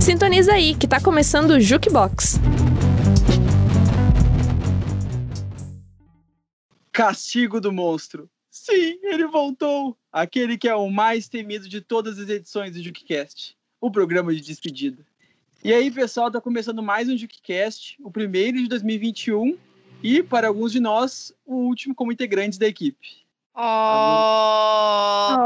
Sintoniza aí, que tá começando o Jukebox. Castigo do Monstro. Sim, ele voltou. Aquele que é o mais temido de todas as edições do Jukecast. O programa de despedida. E aí, pessoal, tá começando mais um Jukecast, o primeiro de 2021 e, para alguns de nós, o último como integrantes da equipe. Oh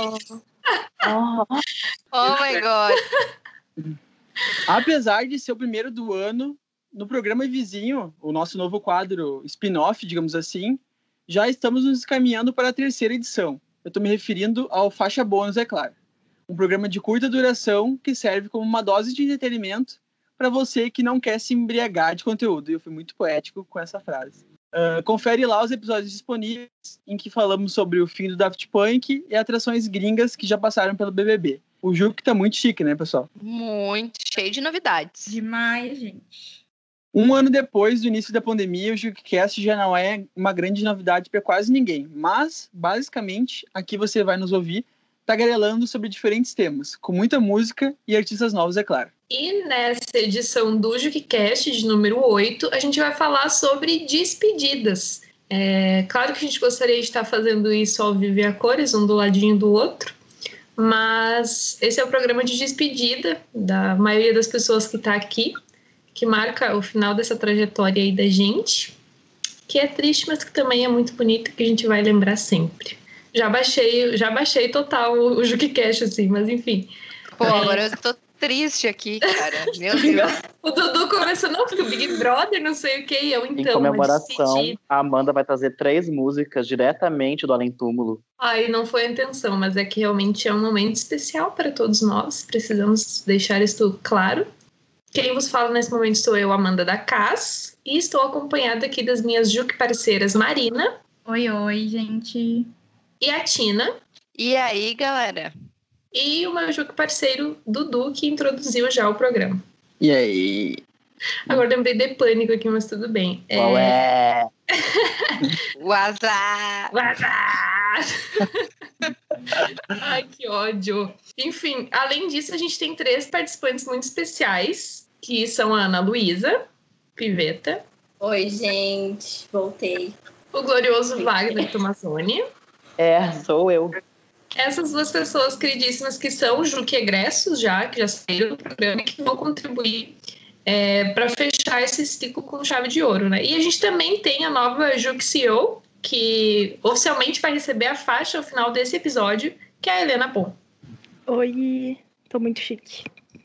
my God. Apesar de ser o primeiro do ano, no programa vizinho, o nosso novo quadro spin-off, digamos assim, já estamos nos encaminhando para a terceira edição. Eu estou me referindo ao Faixa Bônus, é claro. Um programa de curta duração que serve como uma dose de entretenimento para você que não quer se embriagar de conteúdo. E eu fui muito poético com essa frase. Confere lá os episódios disponíveis em que falamos sobre o fim do Daft Punk e atrações gringas que já passaram pelo BBB. O Juke tá muito chique, né, pessoal? Muito cheio de novidades. Demais, gente. Um ano depois do início da pandemia, o Jukecast já não é uma grande novidade para quase ninguém. Mas, basicamente, aqui você vai nos ouvir tagarelando sobre diferentes temas, com muita música e artistas novos, é claro. E nessa edição do Jukecast, de número 8, a gente vai falar sobre despedidas. Claro que a gente gostaria de estar fazendo isso ao vivo e a cores, um do ladinho do outro, mas esse é o programa de despedida da maioria das pessoas que está aqui, que marca o final dessa trajetória aí da gente, que é triste, mas que também é muito bonito, que a gente vai lembrar sempre. Já baixei total o Jukecast, assim, mas enfim. Pô, agora eu tô triste aqui, cara. Meu Deus. O Dudu começou, não, porque o Big Brother, não sei o que, e eu então. Em comemoração, a Amanda vai trazer 3 músicas diretamente do Além Túmulo. Ai, não foi a intenção, mas é que realmente é um momento especial para todos nós. Precisamos deixar isso claro. Quem vos fala nesse momento sou eu, Amanda da Cas, e estou acompanhada aqui das minhas Juke parceiras Marina. Oi, gente. E a Tina. E aí, galera? E o meu Juke parceiro Dudu, que introduziu já o programa. E aí? Agora lembrei de Pânico aqui, mas tudo bem. Qual é? O azar! O azar! Ai, que ódio. Enfim, além disso, a gente tem 3 participantes muito especiais, que são a Ana Luísa, Piveta. Oi, gente. Voltei. O glorioso Wagner Tomazzoni. Sou eu. Essas 2 pessoas queridíssimas que são Juke egressos já, que já saíram do programa e que vão contribuir para fechar esse ciclo com chave de ouro, né? E a gente também tem a nova Juke CEO, que oficialmente vai receber a faixa ao final desse episódio, que é a Helena Pon. Oi, tô muito chique.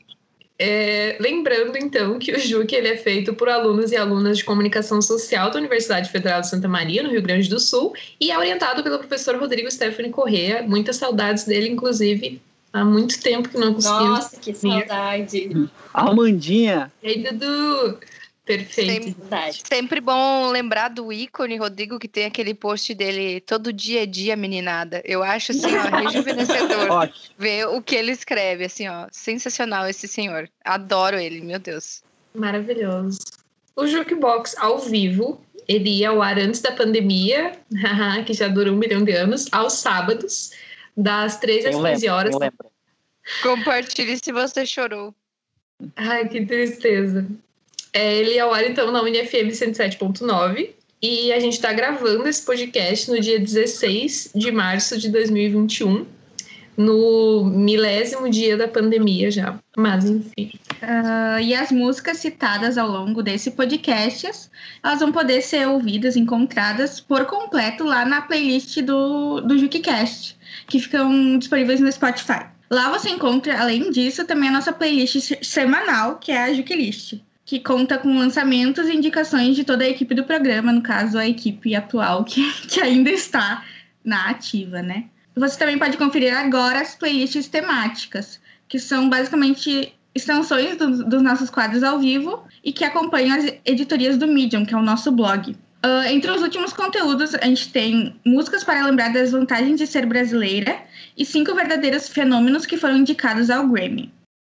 Lembrando, então, que o Juke ele é feito por alunos e alunas de comunicação social da Universidade Federal de Santa Maria, no Rio Grande do Sul, e é orientado pelo professor Rodrigo Stephanie Corrêa. Muitas saudades dele, inclusive, há muito tempo que não conseguimos. Nossa, que saudade. Amandinha! E aí, Dudu? Perfeito. Sempre bom lembrar do ícone, Rodrigo, que tem aquele post dele todo dia é dia, meninada. Eu acho, assim, ó, rejuvenescedor ver o que ele escreve, assim, ó, sensacional esse senhor. Adoro ele, meu Deus. Maravilhoso. O Jukebox ao vivo, ele ia ao ar antes da pandemia, que já durou 1 milhão de anos, aos sábados, das 13 às 15 horas. Compartilhe se você chorou. Ai, que tristeza. Ele ia ao ar, então, na UniFM 107.9. E a gente está gravando esse podcast no dia 16 de março de 2021, no 1000º dia da pandemia já. Mas, enfim. E as músicas citadas ao longo desse podcast, elas vão poder ser ouvidas, encontradas por completo lá na playlist do Jukecast, que ficam disponíveis no Spotify. Lá você encontra, além disso, também a nossa playlist semanal, que é a Jukelist, que conta com lançamentos e indicações de toda a equipe do programa, no caso, a equipe atual, que ainda está na ativa, né? Você também pode conferir agora as playlists temáticas, que são basicamente extensões dos nossos quadros ao vivo e que acompanham as editorias do Medium, que é o nosso blog. Entre os últimos conteúdos, a gente tem músicas para lembrar das vantagens de ser brasileira e 5 verdadeiros fenômenos que foram indicados ao Grammy.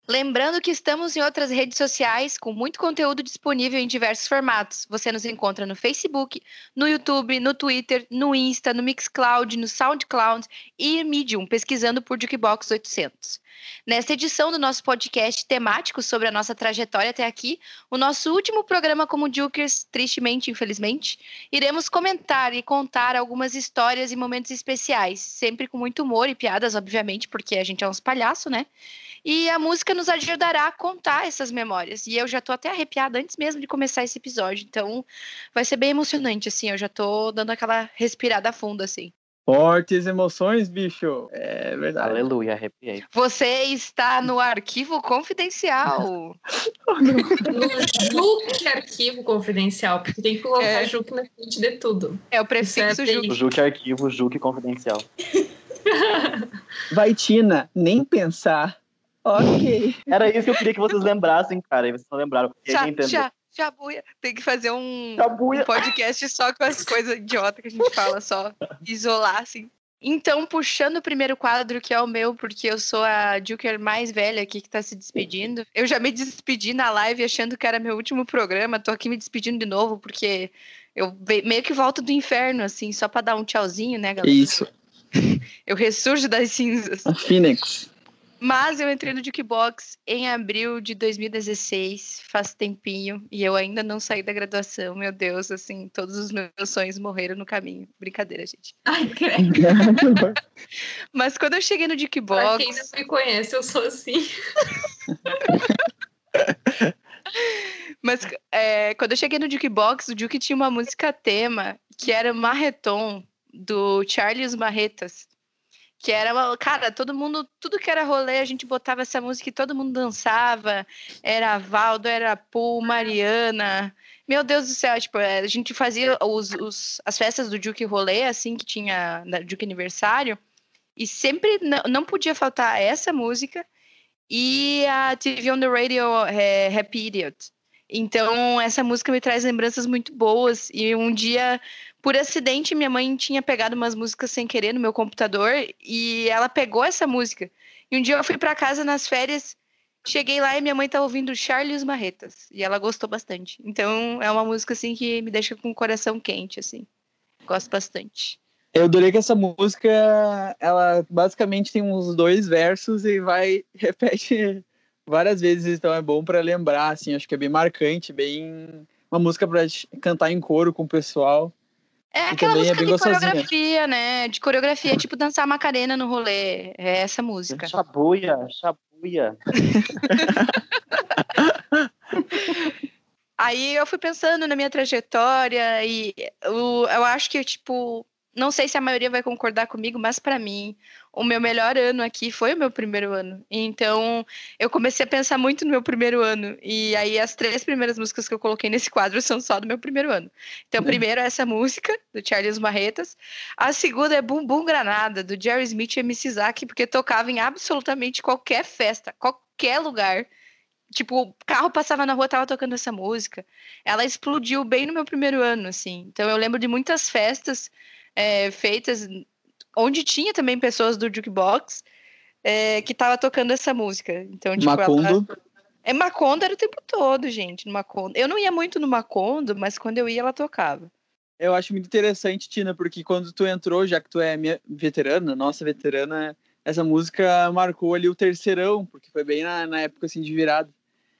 Lembrando que estamos em outras redes sociais com muito conteúdo disponível em diversos formatos. Você nos encontra no Facebook, no YouTube, no Twitter, no Insta, no Mixcloud, no Soundcloud e Medium, pesquisando por Jukebox 800. Nesta edição do nosso podcast temático sobre a nossa trajetória até aqui, o nosso último programa como Jukers, tristemente, infelizmente, iremos comentar e contar algumas histórias e momentos especiais, sempre com muito humor e piadas, obviamente, porque a gente é uns palhaços, né? E a música nos ajudará a contar essas memórias. E eu já tô até arrepiada antes mesmo de começar esse episódio. Então, vai ser bem emocionante, assim. Eu já tô dando aquela respirada funda, assim. Fortes emoções, bicho. É verdade. Aleluia, arrepiei. Você está no arquivo confidencial. No Juque Arquivo Confidencial, porque tem que colocar Juque na frente de tudo. É o prefixo Juque. O Juque Arquivo, Juque Confidencial. Vai, Tina, nem pensar. Ok. Era isso que eu queria que vocês lembrassem, cara. E vocês não lembraram. Jabuia. Tem que fazer um podcast só com as coisas idiotas que a gente fala, só isolar, assim. Então, puxando o primeiro quadro, que é o meu, porque eu sou a Juker mais velha aqui que tá se despedindo. Eu já me despedi na live achando que era meu último programa. Tô aqui me despedindo de novo, porque eu meio que volto do inferno, assim, só pra dar um tchauzinho, né, galera? Isso. Eu ressurjo das cinzas. A Phoenix. Mas eu entrei no Jukebox em abril de 2016, faz tempinho, e eu ainda não saí da graduação. Meu Deus, assim, todos os meus sonhos morreram no caminho. Brincadeira, gente. Ai, credo. Mas quando eu cheguei no Jukebox... Pra quem não me conhece, eu sou assim. Mas quando eu cheguei no Jukebox, o Juke tinha uma música tema, que era Marreton, do Charlie e os Marretas. Que era, cara, todo mundo, tudo que era rolê, a gente botava essa música e todo mundo dançava. Era Valdo, era Paul, Mariana. Meu Deus do céu, tipo, a gente fazia as festas do Juke Rolê, assim, que tinha da Juke Aniversário. E sempre não podia faltar essa música e a TV on the Radio, Happy Idiot. Então, essa música me traz lembranças muito boas. E um dia, por acidente, minha mãe tinha pegado umas músicas sem querer no meu computador e ela pegou essa música. E um dia eu fui para casa nas férias, cheguei lá e minha mãe estava ouvindo Charlie e os Marretas. E ela gostou bastante. Então, é uma música, assim, que me deixa com o coração quente, assim. Gosto bastante. Eu adorei que essa música, ela basicamente tem uns 2 versos e repete várias vezes, então é bom para lembrar, assim, acho que é bem marcante, bem uma música para cantar em coro com o pessoal. É e aquela música de gostosinha. coreografia, né? De coreografia, tipo dançar Macarena no rolê. É essa música. Chabuia. Aí eu fui pensando na minha trajetória e eu acho que, tipo, não sei se a maioria vai concordar comigo, mas pra mim, o meu melhor ano aqui foi o meu primeiro ano. Então, eu comecei a pensar muito no meu primeiro ano. E aí, as 3 primeiras músicas que eu coloquei nesse quadro são só do meu primeiro ano. Então, primeiro é essa música, do Charlie e os Marretas. A segunda é Bum Bum Granada, do Jerry Smith e MC Zack, porque tocava em absolutamente qualquer festa, qualquer lugar. Tipo, o carro passava na rua, tava tocando essa música. Ela explodiu bem no meu primeiro ano, assim. Então, eu lembro de muitas festas feitas onde tinha também pessoas do Jukebox que tava tocando essa música. Então, tipo, Macondo. Macondo era o tempo todo, gente, no Macondo. Eu não ia muito no Macondo, mas quando eu ia, ela tocava. Eu acho muito interessante, Tina, porque quando tu entrou, já que tu é minha veterana, nossa veterana, essa música marcou ali o terceirão, porque foi bem na época, assim, de virada.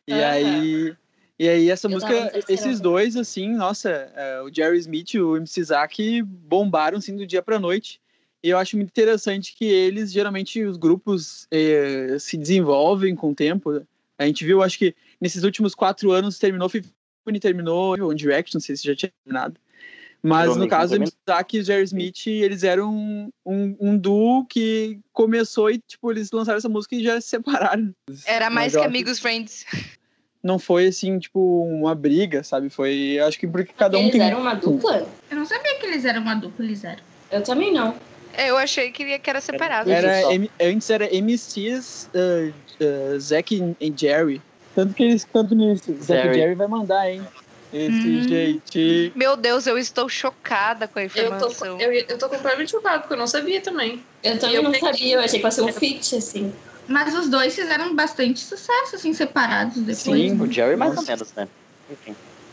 E aí essa música, esses dois, assim, nossa, o Jerry Smith e o MC Zack bombaram, assim, do dia pra noite. E eu acho muito interessante que eles, geralmente, os grupos se desenvolvem com o tempo. A gente viu, acho que nesses últimos 4 anos terminou One Direction, não sei se já tinha terminado. Mas no caso, o MC Zack e o Jerry Smith, eles eram um duo que começou e, tipo, eles lançaram essa música e já se separaram. Era mais que amigos, friends. Não foi, assim, tipo, uma briga, sabe? Foi, acho que porque cada um eles eram uma dupla? Eu não sabia que eles eram uma dupla, eles eram. Eu também não. Eu achei que era separado. Antes era MCs, Zack e Jerry. Tanto que eles cantam nisso. Zack e Jerry vai mandar, hein? Esse jeitinho. Meu Deus, eu estou chocada com a informação. Eu tô completamente chocada, porque eu não sabia também. Eu também não sabia, eu achei que ia ser um feat, assim. Mas os dois fizeram bastante sucesso, assim, separados depois. Sim, o Jerry mais ou menos, né? Enfim.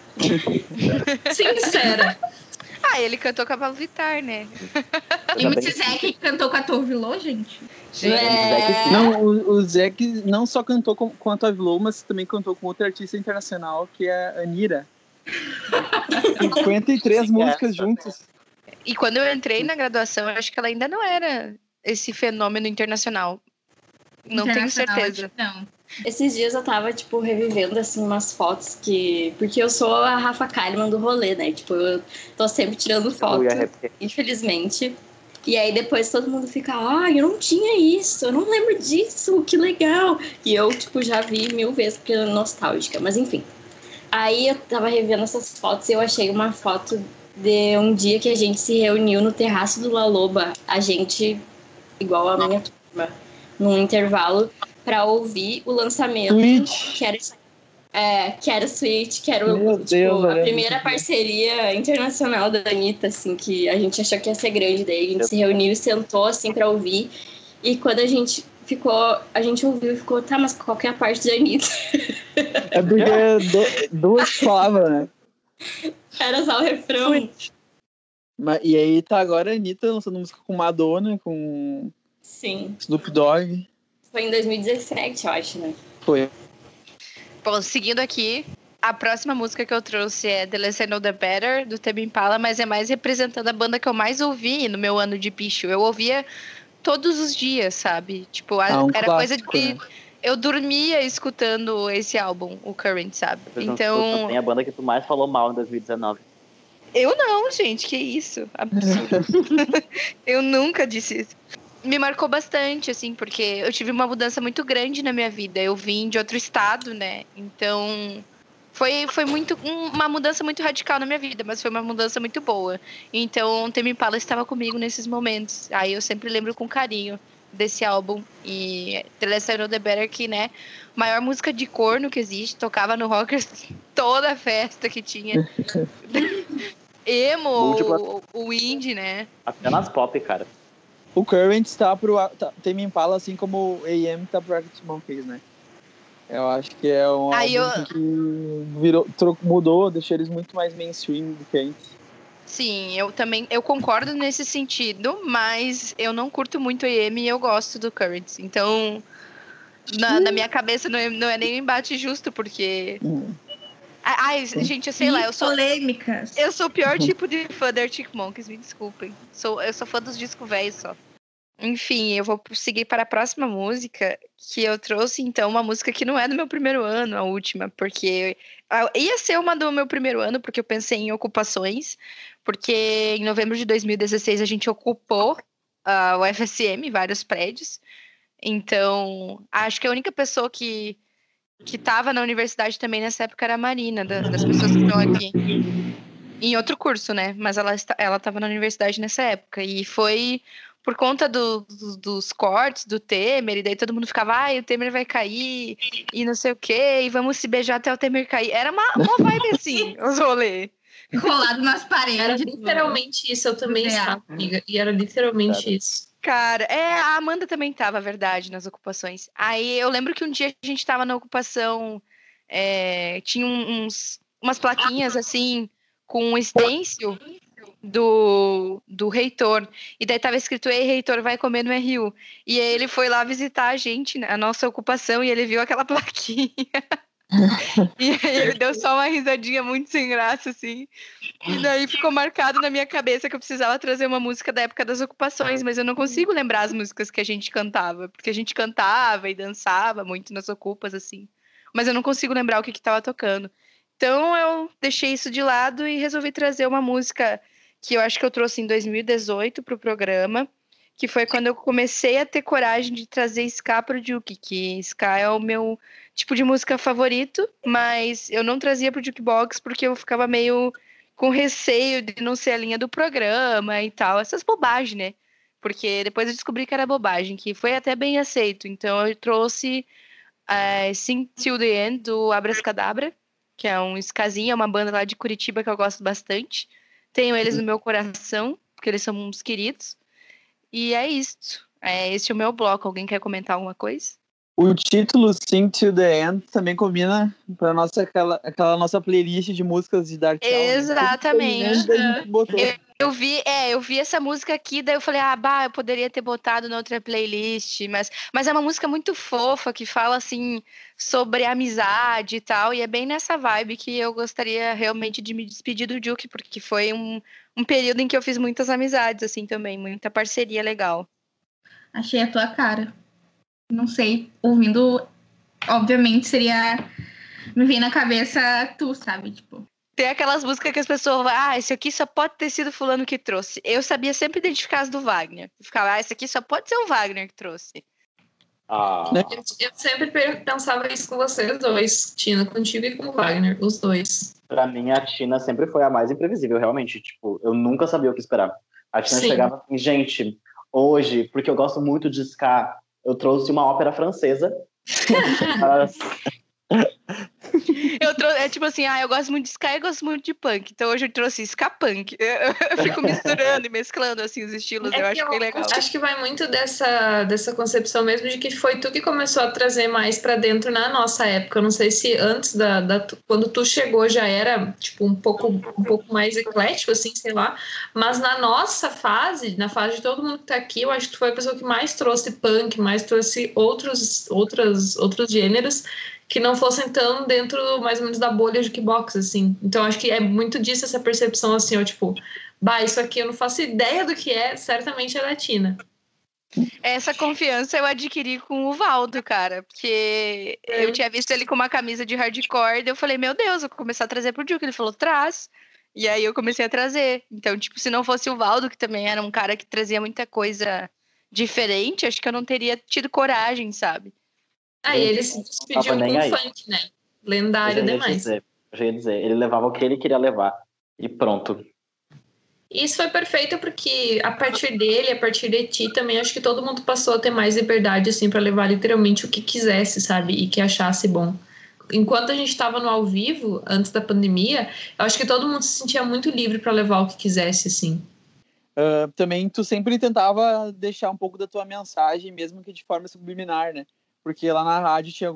Sincera. Ele cantou com a Pablo Vittar, né? E o Zé que cantou com a Torvilô, gente. Não, o Zeke não só cantou com a Tove Lo, mas também cantou com outra artista internacional, que é a Anira. 53 músicas juntas. E quando eu entrei na graduação, eu acho que ela ainda não era esse fenômeno internacional. Não tenho certeza. Não. Esses dias eu tava, tipo, revivendo, assim, umas fotos porque eu sou a Rafa Kalimann do rolê, né? Tipo, eu tô sempre tirando foto, infelizmente. E aí depois todo mundo fica, eu não tinha isso, eu não lembro disso, que legal. E eu, tipo, já vi 1000 vezes porque é nostálgica, mas enfim. Aí eu tava revendo essas fotos e eu achei uma foto de um dia que a gente se reuniu no terraço do La Loba, a gente, igual a minha turma, num intervalo, pra ouvir o lançamento, que era Switch, que era a primeira parceria internacional da Anitta, assim, que a gente achou que ia ser grande. Daí a gente se reuniu e sentou, assim, pra ouvir. E quando a gente ouviu e ficou, mas qual que é a parte da Anitta? É porque duas palavras, né? Era só o refrão. E aí tá agora a Anitta lançando música com Madonna, com Snoop Dogg. Foi em 2017, eu acho, né? Foi. Bom, seguindo aqui, a próxima música que eu trouxe é The Less I Know The Better, do Tame Impala, mas é mais representando a banda que eu mais ouvi no meu ano de picho. Eu ouvia todos os dias, sabe? Tipo, era coisa de... Né? Eu dormia escutando esse álbum, o Current, sabe? Então... Tem a banda que tu mais falou mal em 2019. Eu não, gente, que isso? Absurdo. Eu nunca disse isso. Me marcou bastante, assim, porque eu tive uma mudança muito grande na minha vida. Eu vim de outro estado, né? Então, foi uma mudança muito radical na minha vida, mas foi uma mudança muito boa. Então, Tame Impala estava comigo nesses momentos. Aí eu sempre lembro com carinho desse álbum. E The Less I Know The Better, que, né, maior música de corno que existe, tocava no Rockers toda a festa que tinha. Emo, o indie, né? Até nas pop, cara. O Current tá pro Tame Impala, assim como o AM tá pro Arctic Monkeys, né? Eu acho que é um álbum que mudou, deixou eles muito mais mainstream do que antes. Sim, eu concordo nesse sentido, mas eu não curto muito o AM e eu gosto do Current. Então, na minha cabeça não é nem um embate justo, porque... Ai, gente, eu sei lá, polêmicas. Eu sou o pior tipo de fã da Arctic Monkeys, me desculpem. Eu sou fã dos discos velhos só. Enfim, eu vou seguir para a próxima música, que eu trouxe, então, uma música que não é do meu primeiro ano, a última, porque ia ser uma do meu primeiro ano, porque eu pensei em ocupações, porque em novembro de 2016 a gente ocupou o FSM, vários prédios, então, acho que a única pessoa que estava na universidade também nessa época era a Marina, das pessoas que estão aqui. Em outro curso, né? Mas ela estava na universidade nessa época. E foi por conta dos cortes do Temer, e daí todo mundo ficava, o Temer vai cair, e não sei o quê, e vamos se beijar até o Temer cair. Era uma vibe assim, os rolês. Colado nas paredes. Era literalmente isso, eu também estava, amiga. E era literalmente isso. Cara, a Amanda também tava, verdade, nas ocupações. Aí eu lembro que um dia a gente tava na ocupação, tinha umas plaquinhas assim, com um stencil do reitor. E daí tava escrito, ei, reitor, vai comer no RU. E aí ele foi lá visitar a gente, a nossa ocupação, e ele viu aquela plaquinha. E aí ele deu só uma risadinha muito sem graça, assim. E daí ficou marcado na minha cabeça que eu precisava trazer uma música da época das ocupações, mas eu não consigo lembrar as músicas que a gente cantava, porque a gente cantava e dançava muito nas ocupas, assim. Mas eu não consigo lembrar o que estava tocando. Então eu deixei isso de lado e resolvi trazer uma música que eu acho que eu trouxe em 2018 para o programa, que foi quando eu comecei a ter coragem de trazer ska pro Juke, que ska é o meu tipo de música favorito, mas eu não trazia pro Jukebox porque eu ficava meio com receio de não ser a linha do programa e tal, essas bobagens, né? Porque depois eu descobri que era bobagem, que foi até bem aceito. Então eu trouxe Sing Till The End, do Abracadabra, que é um skazinho, é uma banda lá de Curitiba que eu gosto bastante. Tenho eles no meu coração, porque eles são uns queridos. E é isso. Esse é o meu bloco. Alguém quer comentar alguma coisa? O título Sing to the End também combina para aquela nossa playlist de músicas de Dark Town. Exatamente. Né? Eu vi essa música aqui, daí eu falei, eu poderia ter botado na outra playlist, mas é uma música muito fofa, que fala, assim, sobre amizade e tal, e é bem nessa vibe que eu gostaria realmente de me despedir do Duke, porque foi um período em que eu fiz muitas amizades, assim, também, muita parceria legal. Achei a tua cara. Não sei, ouvindo, obviamente me vem na cabeça tu, sabe, tipo... Tem aquelas músicas que as pessoas vão, esse aqui só pode ter sido fulano que trouxe. Eu sabia sempre identificar as do Wagner. Eu ficava, esse aqui só pode ser o Wagner que trouxe. Eu sempre pensava isso com vocês dois, Tina, contigo e com o Wagner, os dois. Pra mim, a Tina sempre foi a mais imprevisível, realmente. Tipo, eu nunca sabia o que esperar. A Tina chegava assim, gente, hoje, porque eu gosto muito de ska, eu trouxe uma ópera francesa. É tipo assim, eu gosto muito de ska e gosto muito de punk. Então hoje eu trouxe ska punk. Eu fico misturando e mesclando assim os estilos. Eu acho bem legal. Acho que vai muito dessa concepção mesmo de que foi tu que começou a trazer mais pra dentro na nossa época. Eu não sei se antes quando tu chegou já era tipo um pouco mais eclético, assim, sei lá. Mas na nossa fase, na fase de todo mundo que tá aqui, eu acho que tu foi a pessoa que mais trouxe punk, mais trouxe outros gêneros que não fossem tão dentro, mais ou menos, da bolha de Jukebox, assim. Então, acho que é muito disso, essa percepção, assim, tipo, isso aqui eu não faço ideia do que é, certamente é latina. Essa confiança eu adquiri com o Valdo, cara, porque eu tinha visto ele com uma camisa de hardcore, e eu falei, meu Deus, eu vou começar a trazer pro Duke. Ele falou, traz. E aí eu comecei a trazer. Então, tipo, se não fosse o Valdo, que também era um cara que trazia muita coisa diferente, acho que eu não teria tido coragem, sabe? E ele se despediu com funk, né? Lendário demais. Eu já ia dizer, ele levava o que ele queria levar. E pronto. Isso foi perfeito porque a partir dele, a partir de ti também, acho que todo mundo passou a ter mais liberdade, assim, pra levar literalmente o que quisesse, sabe? E que achasse bom. Enquanto a gente estava no ao vivo, antes da pandemia, eu acho que todo mundo se sentia muito livre para levar o que quisesse, assim. Também tu sempre tentava deixar um pouco da tua mensagem, mesmo que de forma subliminar, né? Porque lá na rádio tinha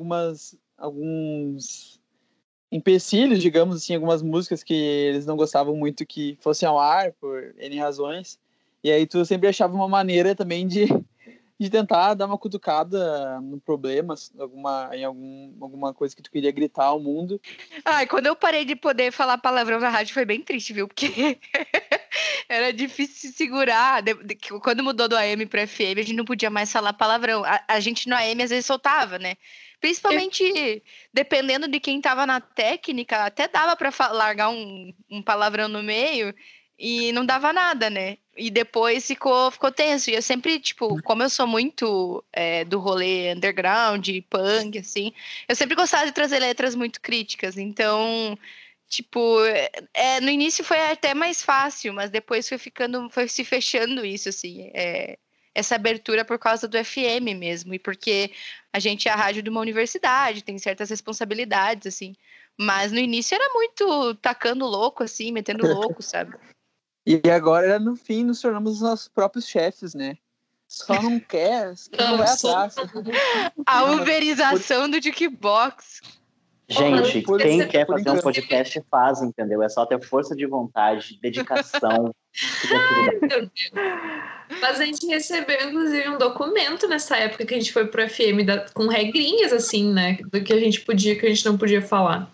alguns empecilhos, digamos assim, algumas músicas que eles não gostavam muito que fossem ao ar, por N razões. E aí tu sempre achava uma maneira também de tentar dar uma cutucada no problema, em alguma coisa que tu queria gritar ao mundo. Quando eu parei de poder falar palavrão na rádio foi bem triste, viu? Porque era difícil se segurar. Quando mudou do AM pro FM, a gente não podia mais falar palavrão. A gente no AM às vezes soltava, né? Principalmente dependendo de quem tava na técnica, até dava pra largar um palavrão no meio e não dava nada, né? E depois ficou tenso. E eu sempre, tipo, como eu sou muito do rolê underground, punk, assim, eu sempre gostava de trazer letras muito críticas. Então, tipo, no início foi até mais fácil, mas depois foi se fechando isso, assim, essa abertura por causa do FM mesmo, e porque a gente é a rádio de uma universidade, tem certas responsabilidades, assim, mas no início era muito tacando louco, assim, metendo louco, sabe? E agora, no fim, nos tornamos os nossos próprios chefes, né? Só não quer, não vai atrás. A uberização do Jukebox. Gente, quem quer fazer um podcast faz, entendeu? É só ter força de vontade, dedicação, criatividade. Mas a gente recebeu, inclusive, um documento nessa época que a gente foi pro FM com regrinhas, assim, né? Do que a gente podia e que a gente não podia falar.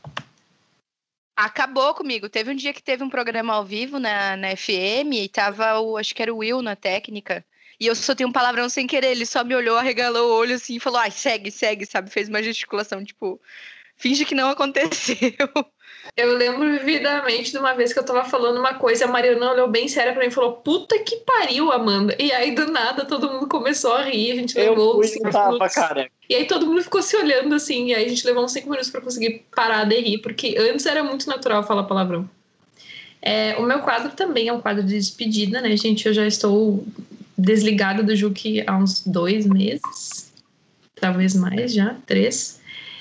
Acabou comigo. Teve um dia que teve um programa ao vivo na FM e tava acho que era o Will na técnica. E eu soltei um palavrão sem querer. Ele só me olhou, arregalou o olho assim e falou, segue, sabe? Fez uma gesticulação, tipo, finge que não aconteceu. Eu lembro vividamente de uma vez que eu tava falando uma coisa, a Mariana olhou bem séria pra mim e falou, puta que pariu, Amanda. E aí, do nada, todo mundo começou a rir, a gente levou uns 5 minutos. Cara. E aí todo mundo ficou se olhando assim, e aí a gente levou uns 5 minutos pra conseguir parar de rir, porque antes era muito natural falar palavrão. O meu quadro também é um quadro de despedida, né, gente? Eu já estou desligada do Juque há uns 2 meses, talvez mais já, 3.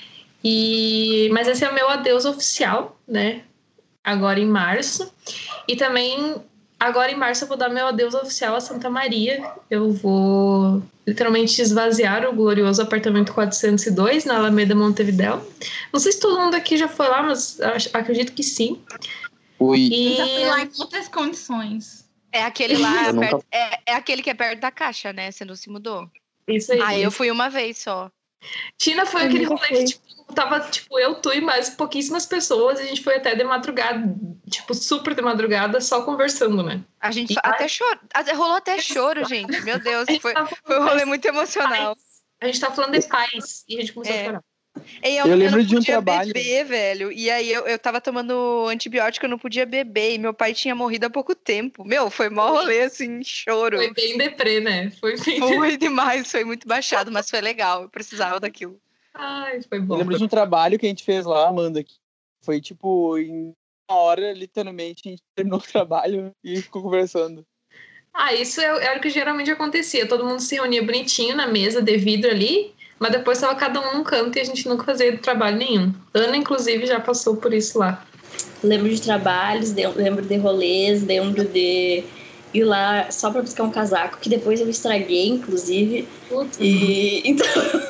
Mas esse é o meu adeus oficial, né? Agora em março. E também Agora, em março, eu vou dar meu adeus oficial a Santa Maria. Eu vou literalmente esvaziar o glorioso apartamento 402 na Alameda Montevidéu. Não sei se todo mundo aqui já foi lá, mas acredito que sim. Ui. Eu já fui lá em outras condições. É aquele lá, é aquele que é perto da Caixa, né? Você não se mudou. Isso aí. Eu fui uma vez só. Tina foi aquele rolê que, tipo, tava, tipo, eu, tu e mais pouquíssimas pessoas, e a gente foi até de madrugada, tipo, super de madrugada, só conversando, né? A gente até chorou, rolou até choro, gente. Meu Deus, foi um rolê muito emocional. A gente tava falando de paz, e a gente começou a chorar. Eu lembro não de um podia trabalho. beber, velho. E aí eu tava tomando antibiótico, eu não podia beber. E meu pai tinha morrido há pouco tempo. Meu, foi mó rolê, assim, choro. Foi bem deprê, né? Foi demais, foi muito baixado, mas foi legal. Eu precisava daquilo. Ai, foi bom. Eu lembro de um trabalho que a gente fez lá, Amanda, que foi tipo, em uma hora, literalmente, a gente terminou o trabalho e ficou conversando. Isso era o que geralmente acontecia. Todo mundo se reunia bonitinho na mesa de vidro ali, mas depois estava cada um num canto e a gente nunca fazia trabalho nenhum. Ana, inclusive, já passou por isso lá. Lembro de trabalhos, lembro de rolês, lembro de ir lá só para buscar um casaco, que depois eu estraguei, inclusive. E então...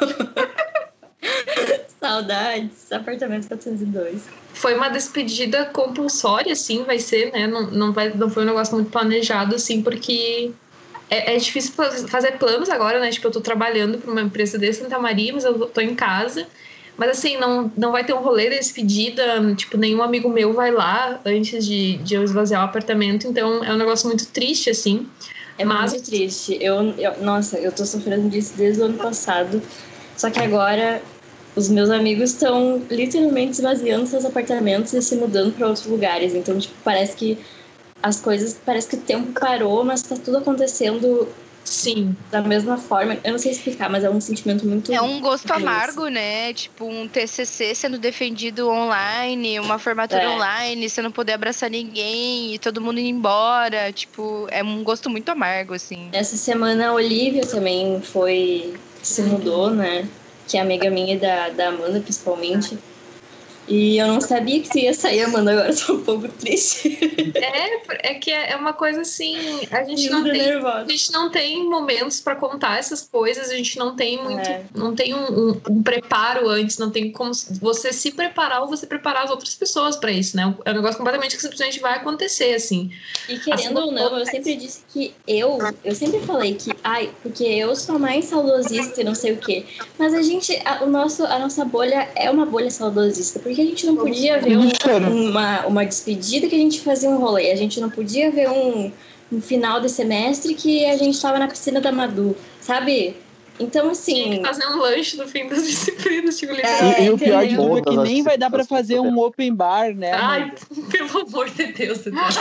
Saudades, apartamento 402. Foi uma despedida compulsória, assim, vai ser, né? Não foi um negócio muito planejado, assim, porque é difícil fazer planos agora, né? Tipo, eu tô trabalhando para uma empresa de Santa Maria, mas eu tô em casa. Mas, assim, não vai ter um rolê de despedida, tipo, nenhum amigo meu vai lá antes de eu esvaziar o apartamento. Então, é um negócio muito triste, assim. Muito triste. Nossa, eu tô sofrendo disso desde o ano passado. Só que agora os meus amigos estão literalmente esvaziando seus apartamentos e se mudando para outros lugares. Então, tipo, parece que o tempo parou, mas tá tudo acontecendo. Sim. Da mesma forma. Eu não sei explicar, mas é um sentimento muito... É um gosto amargo, né? Tipo, um TCC sendo defendido online, uma formatura online, você não poder abraçar ninguém e todo mundo indo embora. Tipo, é um gosto muito amargo, assim. Essa semana a Olivia também se mudou, né? Que é amiga minha da Amanda, principalmente. E eu não sabia que tu ia sair, Amanda, agora eu tô um pouco triste. É que é uma coisa assim, a gente não tem momentos para contar essas coisas, a gente não tem muito, não tem um preparo antes, não tem como você se preparar ou você preparar as outras pessoas para isso, né? É um negócio completamente que simplesmente vai acontecer, assim. E querendo ou não, eu sempre disse que eu sempre falei que, porque eu sou mais saudosista e não sei o quê. Mas a nossa bolha é uma bolha saudosista, porque a gente não podia ver uma despedida que a gente fazia um rolê, a gente não podia ver um final de semestre que a gente tava na piscina da Madu, sabe? Então, assim... fazer um lanche no fim das disciplinas, tipo, e o pior de tudo é que nem vai dar pra fazer um open bar, né, Amanda? Pelo amor de Deus,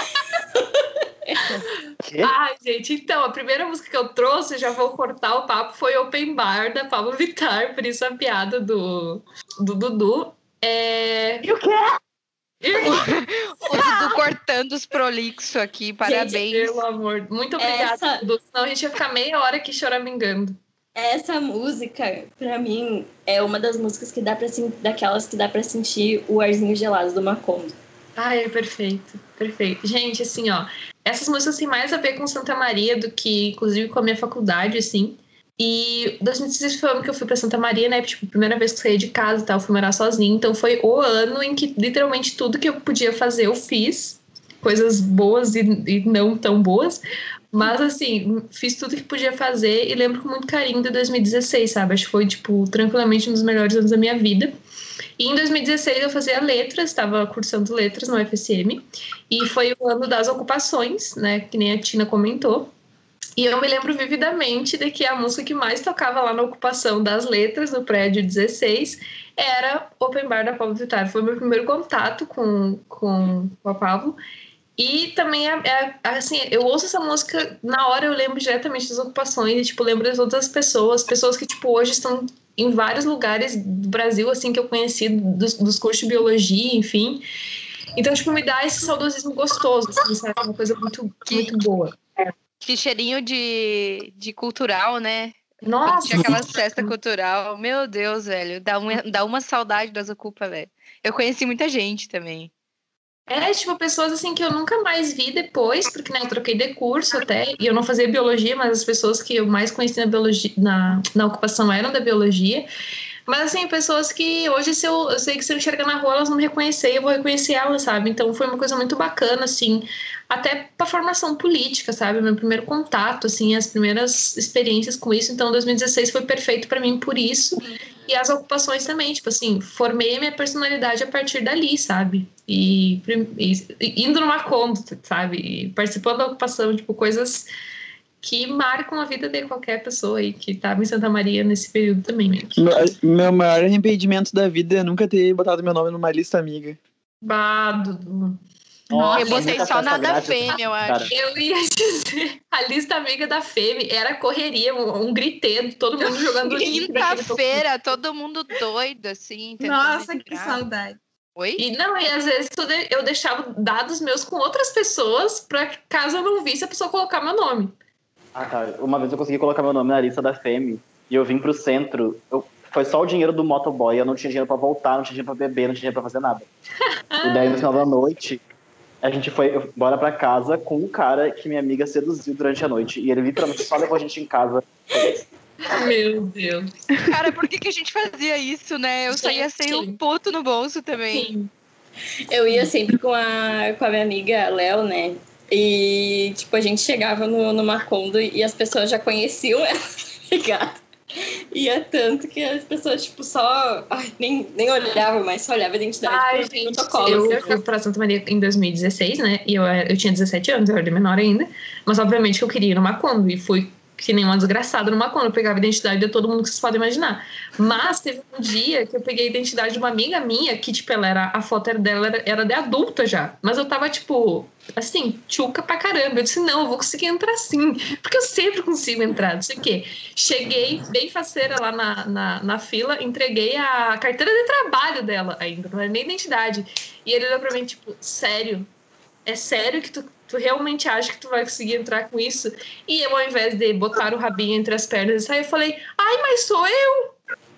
gente, então, a primeira música que eu trouxe, já vou cortar o papo, foi Open Bar, da Pablo Vittar, por isso a piada do Dudu. E o quê? O Dudu cortando os prolixos aqui, parabéns. Gente, pelo amor, muito obrigada, Dudu, senão a gente ia ficar meia hora aqui choramingando. Essa música, pra mim, é uma das músicas que daquelas que dá pra sentir o arzinho gelado do Macondo. É perfeito, perfeito. Gente, assim, ó, essas músicas têm mais a ver com Santa Maria do que, inclusive, com a minha faculdade, assim. E 2016 foi o ano que eu fui pra Santa Maria, né? Tipo, primeira vez que saí de casa e tal, fui morar sozinha. Então foi o ano em que literalmente tudo que eu podia fazer eu fiz. Coisas boas e não tão boas. Mas, assim, fiz tudo que podia fazer e lembro com muito carinho de 2016, sabe? Acho que foi, tipo, tranquilamente um dos melhores anos da minha vida. E em 2016 eu fazia letras, estava cursando letras no UFSM. E foi o ano das ocupações, né? Que nem a Tina comentou. E eu me lembro vividamente de que a música que mais tocava lá na ocupação das letras no prédio 16 era Open Bar da Pablo Vittar. Foi o meu primeiro contato com a Pablo. E também, assim, eu ouço essa música, na hora eu lembro diretamente das ocupações e, tipo, lembro das outras pessoas que, tipo, hoje estão em vários lugares do Brasil, assim, que eu conheci dos cursos de biologia, enfim. Então, tipo, me dá esse saudosismo gostoso, assim, sabe? Uma coisa muito, muito boa. Que cheirinho de cultural, né? Nossa! Tinha aquela festa cultural. Meu Deus, velho. Dá uma saudade das Ocupa, velho. Eu conheci muita gente também. Tipo, pessoas assim que eu nunca mais vi depois, porque, né, eu troquei de curso até, e eu não fazia biologia, mas as pessoas que eu mais conheci na biologia, na ocupação eram da biologia. Mas, assim, pessoas que hoje, eu sei que se eu enxergar na rua, elas não me reconhecerem, eu vou reconhecer elas, sabe? Então, foi uma coisa muito bacana, assim, até pra formação política, sabe? Meu primeiro contato, assim, as primeiras experiências com isso. Então, 2016 foi perfeito pra mim por isso. E as ocupações também, tipo assim, formei a minha personalidade a partir dali, sabe? E indo numa conta, sabe? E participando da ocupação, tipo, coisas que marcam a vida de qualquer pessoa aí que estava em Santa Maria nesse período também. Né? Meu maior arrependimento da vida é nunca ter botado meu nome numa lista amiga. Dudu. Nossa, eu botei só na da Fêmea, eu acho. Eu ia dizer, a lista amiga da Fêmea era correria, um griteiro, todo mundo jogando quinta-feira, todo mundo doido, assim. Nossa, que saudade. Oi? E às vezes eu deixava dados meus com outras pessoas pra caso eu não visse a pessoa colocar meu nome. Cara, uma vez eu consegui colocar meu nome na lista da Fêmea e eu vim pro centro. Foi só o dinheiro do motoboy, eu não tinha dinheiro pra voltar, não tinha dinheiro pra beber, não tinha dinheiro pra fazer nada. E daí no final da noite, a gente foi embora pra casa com um cara que minha amiga seduziu durante a noite. E ele literalmente só levou a gente em casa. Meu Deus. Cara, por que a gente fazia isso, né? Eu saía sem um puto no bolso também. Sim. Eu ia sempre com a minha amiga Léo, né? E, tipo, a gente chegava no Macondo e as pessoas já conheciam ela, ligado? Ia tanto que as pessoas, tipo, só... nem olhavam, mas só olhavam a identidade por protocolo. Eu fui pra Santa Maria em 2016, né? E eu tinha 17 anos, eu era menor ainda. Mas, obviamente, eu queria ir no Macondo. E fui que nem uma desgraçada no Macondo. Eu pegava a identidade de todo mundo que vocês podem imaginar. Mas teve um dia que eu peguei a identidade de uma amiga minha, que, tipo, a foto dela era de adulta já. Mas eu tava, tipo... assim, tchuca pra caramba. Eu disse, não, eu vou conseguir entrar sim, porque eu sempre consigo entrar, não sei o quê. Cheguei bem faceira lá na fila, entreguei a carteira de trabalho dela ainda, não era nem identidade. E ele olhou pra mim, tipo, sério? É sério que tu realmente acha que tu vai conseguir entrar com isso? E eu, ao invés de botar o rabinho entre as pernas e sair, eu falei, ai, mas sou eu!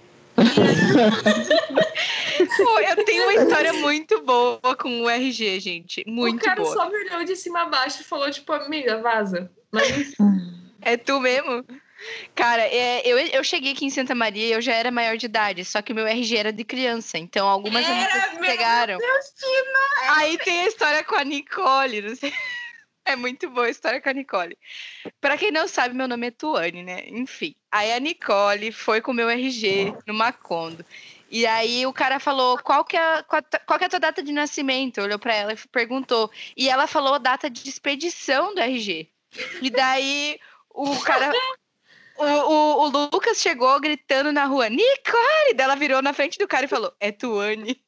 Pô, eu tenho uma história muito boa com o RG, gente. Muito boa. O cara só me olhou de cima a baixo e falou, tipo, amiga, vaza. Mas... é tu mesmo? Cara, eu cheguei aqui em Santa Maria e eu já era maior de idade, só que o meu RG era de criança, então algumas amigas pegaram. Aí tem a história com a Nicole, não sei. É muito boa a história com a Nicole. Pra quem não sabe, meu nome é Tuane, né? Enfim. Aí a Nicole foi com o meu RG no Macondo. E aí o cara falou, qual que é a tua data de nascimento? Olhou pra ela e perguntou. E ela falou a data de expedição do RG. E daí o cara... O Lucas chegou gritando na rua, Nicole! Daí ela virou na frente do cara e falou, é Tuane.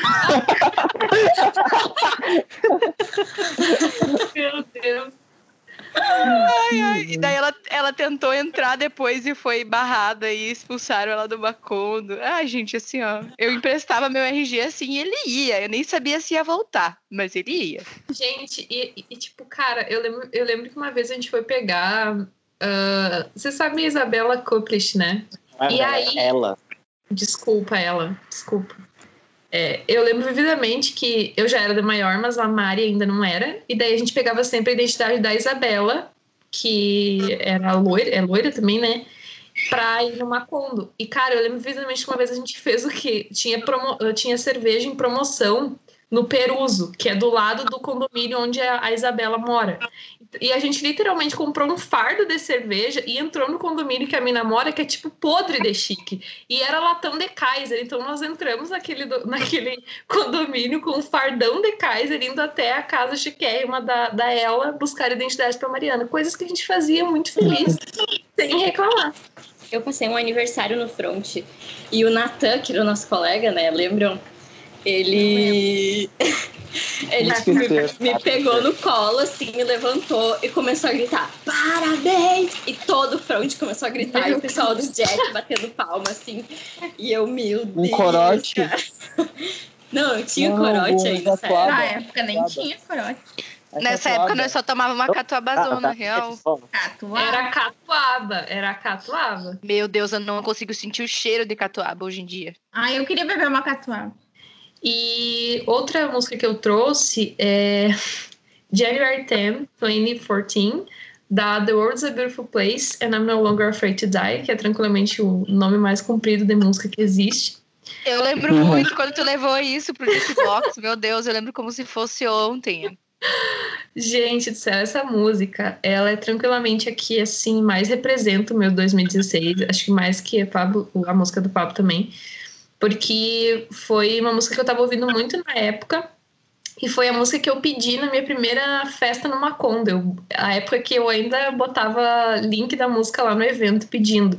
Meu Deus. Ai. E daí ela tentou entrar depois e foi barrada e expulsaram ela do Macondo. Ai, gente, assim, ó. Eu emprestava meu RG assim e ele ia. Eu nem sabia se ia voltar, mas ele ia. Gente, e tipo, cara, eu lembro que uma vez a gente foi pegar... você sabe a Isabela Koplich, né? E aí... Ela. Desculpa. Eu lembro vividamente que eu já era da maior, mas a Mari ainda não era. E daí a gente pegava sempre a identidade da Isabela, que era loira, é loira também, né? Pra ir no Macondo. E, cara, eu lembro vividamente que uma vez a gente fez o quê? Tinha cerveja em promoção no Peruso, que é do lado do condomínio onde a Isabela mora. E a gente literalmente comprou um fardo de cerveja e entrou no condomínio que a mina mora, que é tipo podre de chique. E era latão de Kaiser. Então nós entramos naquele condomínio com um fardão de Kaiser, indo até a casa chiquérrima da Ela buscar identidade pra Mariana. Coisas que a gente fazia muito feliz, sem reclamar. Eu passei um aniversário no front e o Natan, que era o nosso colega, né? Lembram? Ele me pegou no colo, assim, me levantou e começou a gritar, parabéns! E todo o front começou a gritar, e o pessoal do Jet batendo palma, assim. E eu, meu Deus. Um corote? Não, tinha corote ainda. Na época nem tinha corote. Nessa época nós só tomava uma catuabazona, real. Era catuaba. Meu Deus, eu não consigo sentir o cheiro de catuaba hoje em dia. Eu queria beber uma catuaba. E outra música que eu trouxe é January 10, 2014, da The World's a Beautiful Place and I'm No Longer Afraid to Die, que é tranquilamente o nome mais comprido de música que existe. Eu lembro muito quando tu levou isso pro Jukebox. Meu Deus, eu lembro como se fosse ontem. Gente do céu, essa música, ela é tranquilamente aqui, assim, mais representa o meu 2016. Acho que mais que a música do Pablo também. Porque foi uma música que eu tava ouvindo muito na época. E foi a música que eu pedi na minha primeira festa no Macondo. A época que eu ainda botava link da música lá no evento pedindo.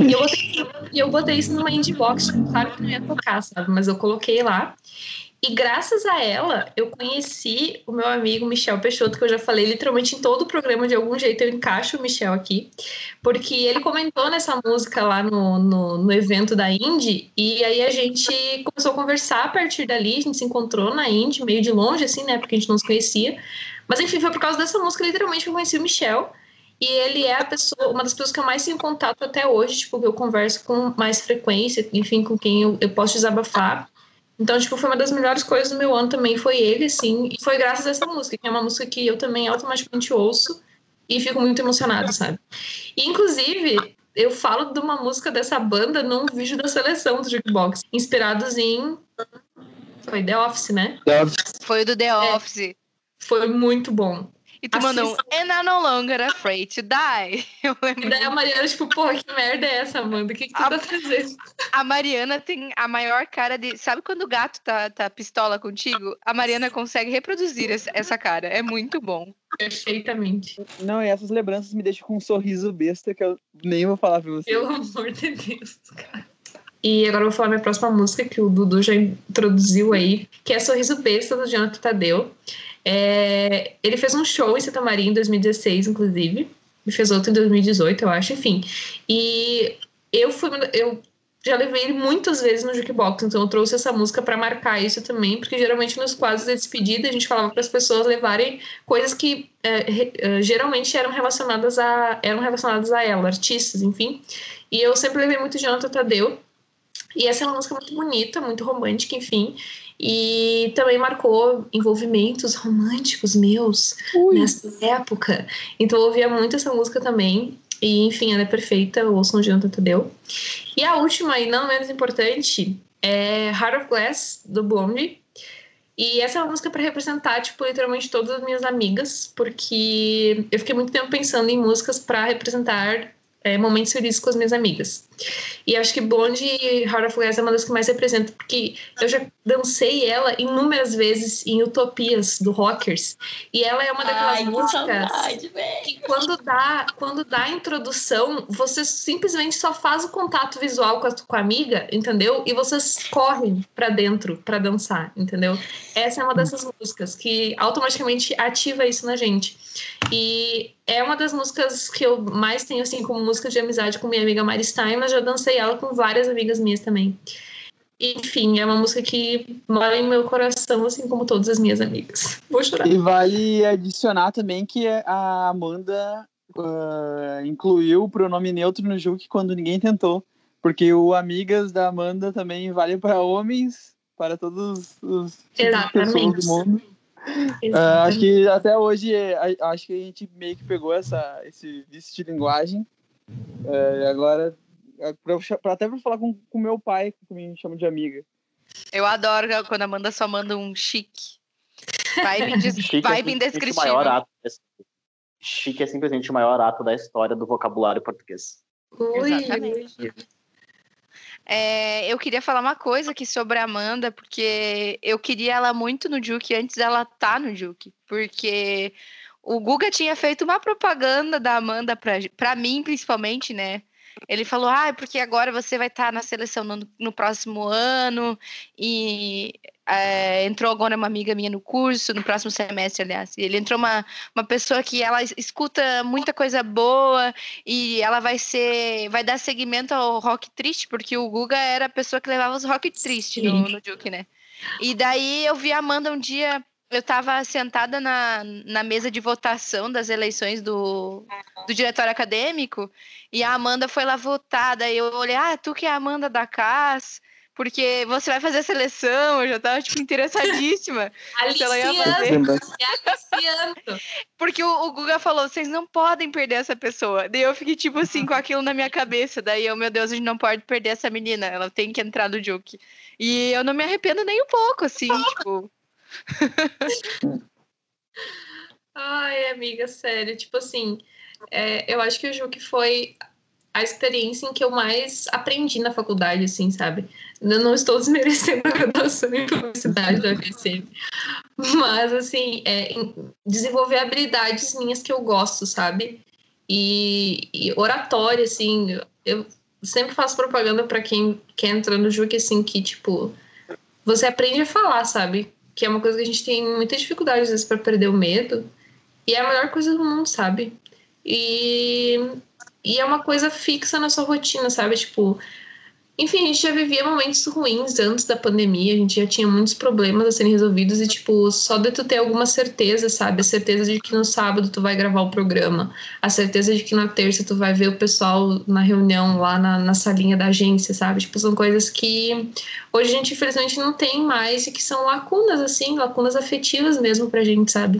E eu botei isso numa indie box, claro que não ia tocar, sabe? Mas eu coloquei lá. E graças a ela, eu conheci o meu amigo Michel Peixoto, que eu já falei literalmente em todo o programa, de algum jeito eu encaixo o Michel aqui, porque ele comentou nessa música lá no evento da Indie, e aí a gente começou a conversar a partir dali, a gente se encontrou na Indie, meio de longe, assim, né, porque a gente não se conhecia, mas enfim, foi por causa dessa música, literalmente, que eu conheci o Michel, e ele é uma das pessoas que eu mais tenho contato até hoje, tipo, que eu converso com mais frequência, enfim, com quem eu posso desabafar. Então, tipo, foi uma das melhores coisas do meu ano também, foi ele, assim, e foi graças a essa música, que é uma música que eu também automaticamente ouço e fico muito emocionada, sabe? E, inclusive, eu falo de uma música dessa banda num vídeo da seleção do Jukebox, inspirados em... Foi The Office, né? Foi o do The Office. Foi muito bom. E tu mandou um And I'm No Longer Afraid to Die. E daí a Mariana, tipo, porra, que merda é essa, Amanda? O que tu tá fazendo? A Mariana tem a maior cara de... Sabe quando o gato tá pistola contigo? A Mariana consegue reproduzir essa cara. É muito bom. Perfeitamente. Não, e essas lembranças me deixam com um sorriso besta que eu nem vou falar pra você. Pelo amor de Deus, cara. E agora eu vou falar minha próxima música, que o Dudu já introduziu aí, que é Sorriso Besta, do Jonathan Tadeu. Ele fez um show em Santa Maria em 2016, inclusive. E fez outro em 2018, eu acho, enfim. E eu já levei ele muitas vezes no Jukebox, então eu trouxe essa música para marcar isso também, porque geralmente nos quadros de despedida a gente falava para as pessoas levarem coisas que geralmente eram relacionadas a ela, artistas, enfim. E eu sempre levei muito Jonathan Tadeu. E essa é uma música muito bonita, muito romântica, enfim. E também marcou envolvimentos românticos meus nessa época. Então eu ouvia muito essa música também. E, enfim, ela é perfeita, ouçam de Jonathan Tadeu. E a última, e não menos importante, é Heart of Glass, do Blondie. E essa é uma música para representar, tipo, literalmente todas as minhas amigas, porque eu fiquei muito tempo pensando em músicas para representar momentos felizes com as minhas amigas. E acho que Blondie e Heart of Glass é uma das que mais representa, porque eu já dancei ela inúmeras vezes em Utopias, do Rockers. E ela é uma daquelas músicas que quando dá a introdução, você simplesmente só faz o contato visual com a amiga, entendeu? E vocês correm pra dentro pra dançar, entendeu? Essa é uma dessas músicas que automaticamente ativa isso na gente. E é uma das músicas que eu mais tenho, assim, como música de amizade com minha amiga Mari Stein, mas já dancei ela com várias amigas minhas também. Enfim, é uma música que mora em meu coração, assim como todas as minhas amigas. Vou chorar. E vale adicionar também que a Amanda incluiu o pronome neutro no Juke quando ninguém tentou. Porque o Amigas da Amanda também vale para homens, para todos os tipos de pessoas do mundo. Acho que até hoje acho que a gente meio que pegou esse vício de linguagem. Agora, até para falar com meu pai, que me chama de amiga. Eu adoro quando a Amanda só manda um chique. Vibe indescritível. Chique é simplesmente o maior ato da história do vocabulário português. Exatamente. Eu queria falar uma coisa aqui sobre a Amanda, porque eu queria ela muito no Juke antes dela estar no Juke, porque o Guga tinha feito uma propaganda da Amanda pra mim, principalmente, né? Ele falou, porque agora você vai estar na seleção no próximo ano, e entrou agora uma amiga minha no curso, no próximo semestre, aliás. Ele entrou uma pessoa que ela escuta muita coisa boa, e ela vai dar seguimento ao rock triste, porque o Guga era a pessoa que levava os rock triste no Juke, né? E daí eu vi a Amanda um dia... Eu estava sentada na mesa de votação das eleições do diretório acadêmico, e a Amanda foi lá votar. Daí eu olhei, tu que é a Amanda da CAS, Porque você vai fazer a seleção, eu já tava, tipo, interessadíssima. Se ela ia fazer. Porque o Guga falou, vocês não podem perder essa pessoa. Daí eu fiquei, tipo assim, com aquilo na minha cabeça. Daí eu, meu Deus, a gente não pode perder essa menina. Ela tem que entrar no Juke. E eu não me arrependo nem um pouco, assim, tipo... Ai, amiga, sério. Tipo assim, eu acho que o Juke foi a experiência em que eu mais aprendi na faculdade, assim, sabe? Eu não estou desmerecendo a graduação em publicidade da UFSM, mas, assim, desenvolver habilidades minhas que eu gosto, sabe? E oratória, assim, eu sempre faço propaganda para quem quer entrar no Juke, assim, que, tipo, você aprende a falar, sabe? Que é uma coisa que a gente tem muita dificuldade, às vezes, para perder o medo. E é a melhor coisa do mundo, sabe? E é uma coisa fixa na sua rotina, sabe? Tipo, enfim, a gente já vivia momentos ruins antes da pandemia, a gente já tinha muitos problemas a serem resolvidos e, tipo, só de tu ter alguma certeza, sabe? A certeza de que no sábado tu vai gravar o programa, a certeza de que na terça tu vai ver o pessoal na reunião lá na salinha da agência, sabe? Tipo, são coisas que hoje a gente, infelizmente, não tem mais e que são lacunas, assim, lacunas afetivas mesmo pra gente, sabe?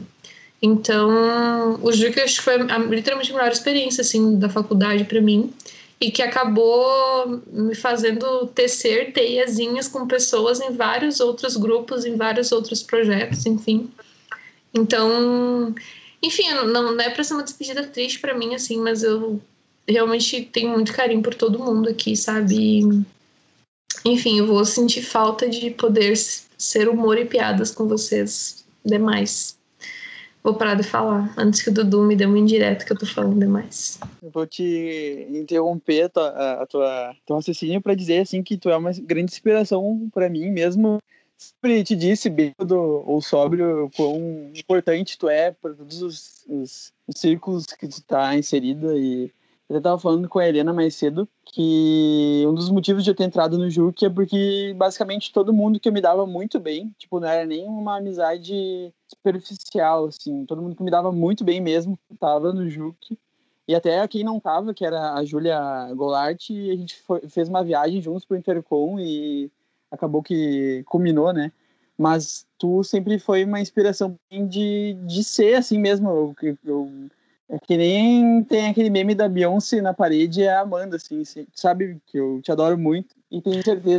Então, o Juke acho que foi literalmente a melhor experiência, assim, da faculdade pra mim. E que acabou me fazendo tecer teiazinhas com pessoas em vários outros grupos, em vários outros projetos, enfim. Então, enfim, não é pra ser uma despedida triste pra mim, assim, mas eu realmente tenho muito carinho por todo mundo aqui, sabe? Enfim, eu vou sentir falta de poder ser humor e piadas com vocês demais. Vou parar de falar, antes que o Dudu me dê uma indireta que eu tô falando demais. Eu vou te interromper teu raciocínio para dizer assim, que tu é uma grande inspiração para mim, mesmo sempre te disse, bêbado ou sóbrio, quão importante tu é para todos os círculos que tu tá inserida. E eu estava falando com a Helena mais cedo que um dos motivos de eu ter entrado no Juke é porque basicamente todo mundo que eu me dava muito bem, tipo, não era nem uma amizade superficial, assim, todo mundo que me dava muito bem mesmo tava no Juke. E até quem não tava, que era a Júlia Goulart, e a gente fez uma viagem juntos pro Intercom e acabou que culminou, né? Mas tu sempre foi uma inspiração de ser assim mesmo. É que nem tem aquele meme da Beyoncé na parede, é a Amanda, assim, sabe que eu te adoro muito e tenho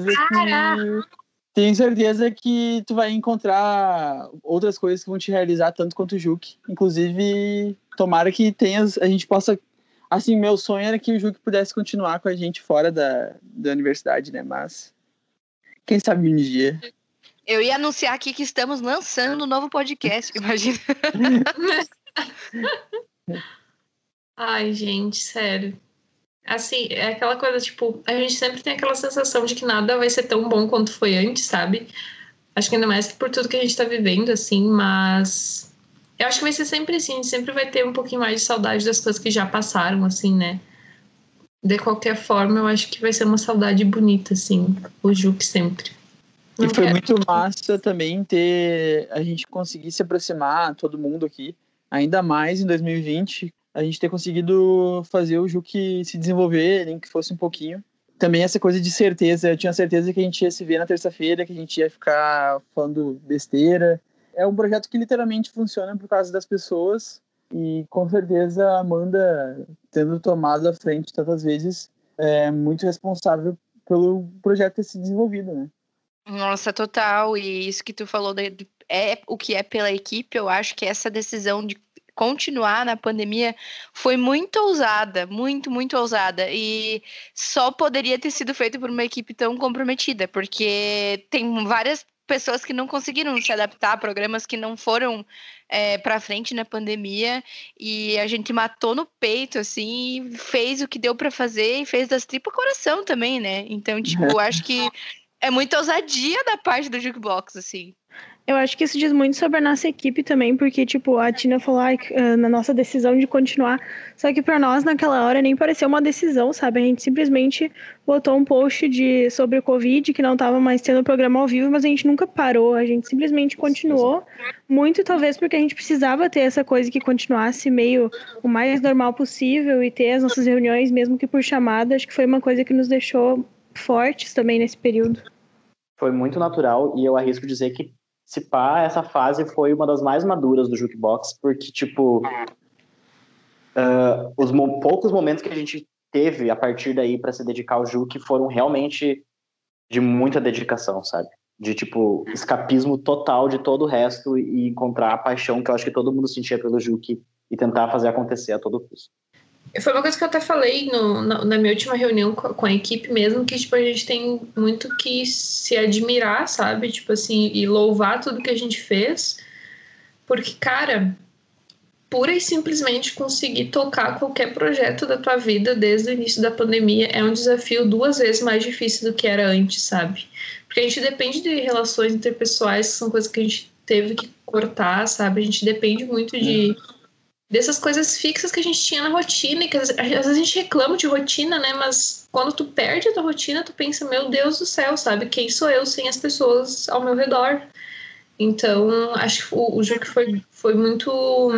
certeza que tu vai encontrar outras coisas que vão te realizar tanto quanto o Juke. Inclusive, tomara que a gente possa... Assim, meu sonho era que o Juke pudesse continuar com a gente fora da universidade, né? Mas quem sabe um dia. Eu ia anunciar aqui que estamos lançando um novo podcast, imagina. Ai, gente, sério. Assim, é aquela coisa, tipo, a gente sempre tem aquela sensação de que nada vai ser tão bom quanto foi antes, sabe? Acho que ainda mais que por tudo que a gente tá vivendo, assim, mas eu acho que vai ser sempre assim, a gente sempre vai ter um pouquinho mais de saudade das coisas que já passaram, assim, né? De qualquer forma, eu acho que vai ser uma saudade bonita, assim, o Juke sempre. E foi muito massa também ter a gente conseguir se aproximar, todo mundo aqui, ainda mais em 2020, a gente ter conseguido fazer o Juke se desenvolver, nem que fosse um pouquinho. Também essa coisa de certeza, eu tinha certeza que a gente ia se ver na terça-feira, que a gente ia ficar falando besteira. É um projeto que literalmente funciona por causa das pessoas e com certeza a Amanda, tendo tomado a frente tantas vezes, é muito responsável pelo projeto ter se desenvolvido, né? Nossa, total. E isso que tu falou é o que é pela equipe. Eu acho que essa decisão de continuar na pandemia foi muito ousada, muito, muito ousada. E só poderia ter sido feito por uma equipe tão comprometida, porque tem várias pessoas que não conseguiram se adaptar a programas que não foram para frente na pandemia, e a gente matou no peito, assim, fez o que deu para fazer e fez das tripas coração também, né? Então, tipo, acho que é muita ousadia da parte do Jukebox, assim. Eu acho que isso diz muito sobre a nossa equipe também, porque, tipo, a Tina falou na nossa decisão de continuar, só que pra nós, naquela hora, nem pareceu uma decisão, sabe? A gente simplesmente botou um post sobre o Covid, que não tava mais tendo programa ao vivo, mas a gente nunca parou, a gente simplesmente continuou, muito talvez porque a gente precisava ter essa coisa que continuasse meio o mais normal possível e ter as nossas reuniões, mesmo que por chamada. Acho que foi uma coisa que nos deixou fortes também nesse período. Foi muito natural, e eu arrisco dizer que, se pá, essa fase foi uma das mais maduras do Jukebox, porque, tipo, os poucos momentos que a gente teve a partir daí para se dedicar ao Juk foram realmente de muita dedicação, sabe? De, tipo, escapismo total de todo o resto e encontrar a paixão que eu acho que todo mundo sentia pelo Juk e tentar fazer acontecer a todo custo. Foi uma coisa que eu até falei na minha última reunião com a equipe mesmo, que, tipo, a gente tem muito que se admirar, sabe? Tipo assim, e louvar tudo que a gente fez. Porque, cara, pura e simplesmente conseguir tocar qualquer projeto da tua vida desde o início da pandemia é um desafio 2 vezes mais difícil do que era antes, sabe? Porque a gente depende de relações interpessoais, que são coisas que a gente teve que cortar, sabe? A gente depende muito dessas coisas fixas que a gente tinha na rotina, e que às vezes a gente reclama de rotina, né? Mas quando tu perde a tua rotina, tu pensa, meu Deus do céu, sabe? Quem sou eu sem as pessoas ao meu redor? Então, acho que o Juk foi muito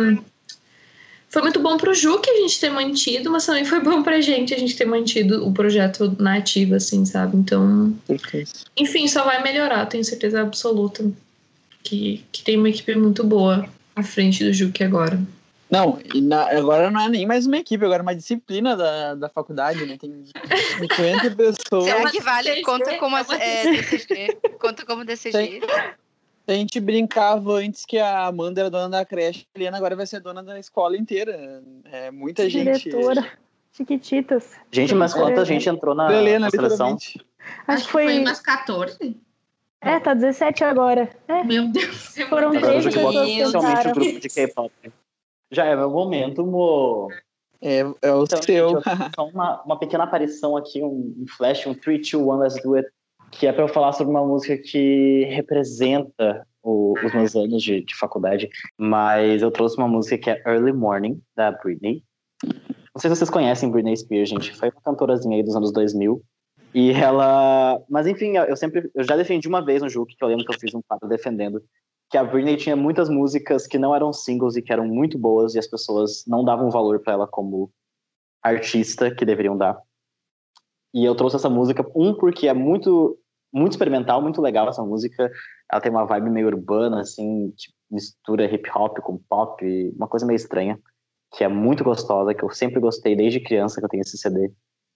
bom pro Juk a gente ter mantido, mas também foi bom pra gente a gente ter mantido o projeto na ativa, assim, sabe? Então, enfim, só vai melhorar, tenho certeza absoluta que tem uma equipe muito boa à frente do Juk agora. Não, agora não é nem mais uma equipe, agora é uma disciplina da faculdade, né? Tem 50 pessoas. Será que vale? Conta como DCG. Conta como DCG. A gente brincava antes que a Amanda era dona da creche, a Helena agora vai ser dona da escola inteira. É muita gente. Diretora. Chiquititas. Gente, mas quanta gente entrou na seleção? Acho que foi umas 14. Tá 17 agora. Meu Deus. Foram 13 pessoas que oficialmente o grupo de K-pop. Já é meu momento, Mo. É o então, seu. Gente, só uma pequena aparição aqui, um flash, 3, 2, 1, let's do it. Que é para eu falar sobre uma música que representa os meus anos de faculdade. Mas eu trouxe uma música que é Early Morning, da Britney. Não sei se vocês conhecem Britney Spears, gente. Foi uma cantorazinha aí dos anos 2000. E ela... Mas enfim, eu já defendi uma vez no Juk, que eu lembro que eu fiz um quadro defendendo, que a Britney tinha muitas músicas que não eram singles e que eram muito boas, e as pessoas não davam valor para ela como artista que deveriam dar. E eu trouxe essa música, porque é muito, muito experimental, muito legal essa música. Ela tem uma vibe meio urbana, assim, tipo, mistura hip-hop com pop, uma coisa meio estranha, que é muito gostosa, que eu sempre gostei desde criança que eu tenho esse CD.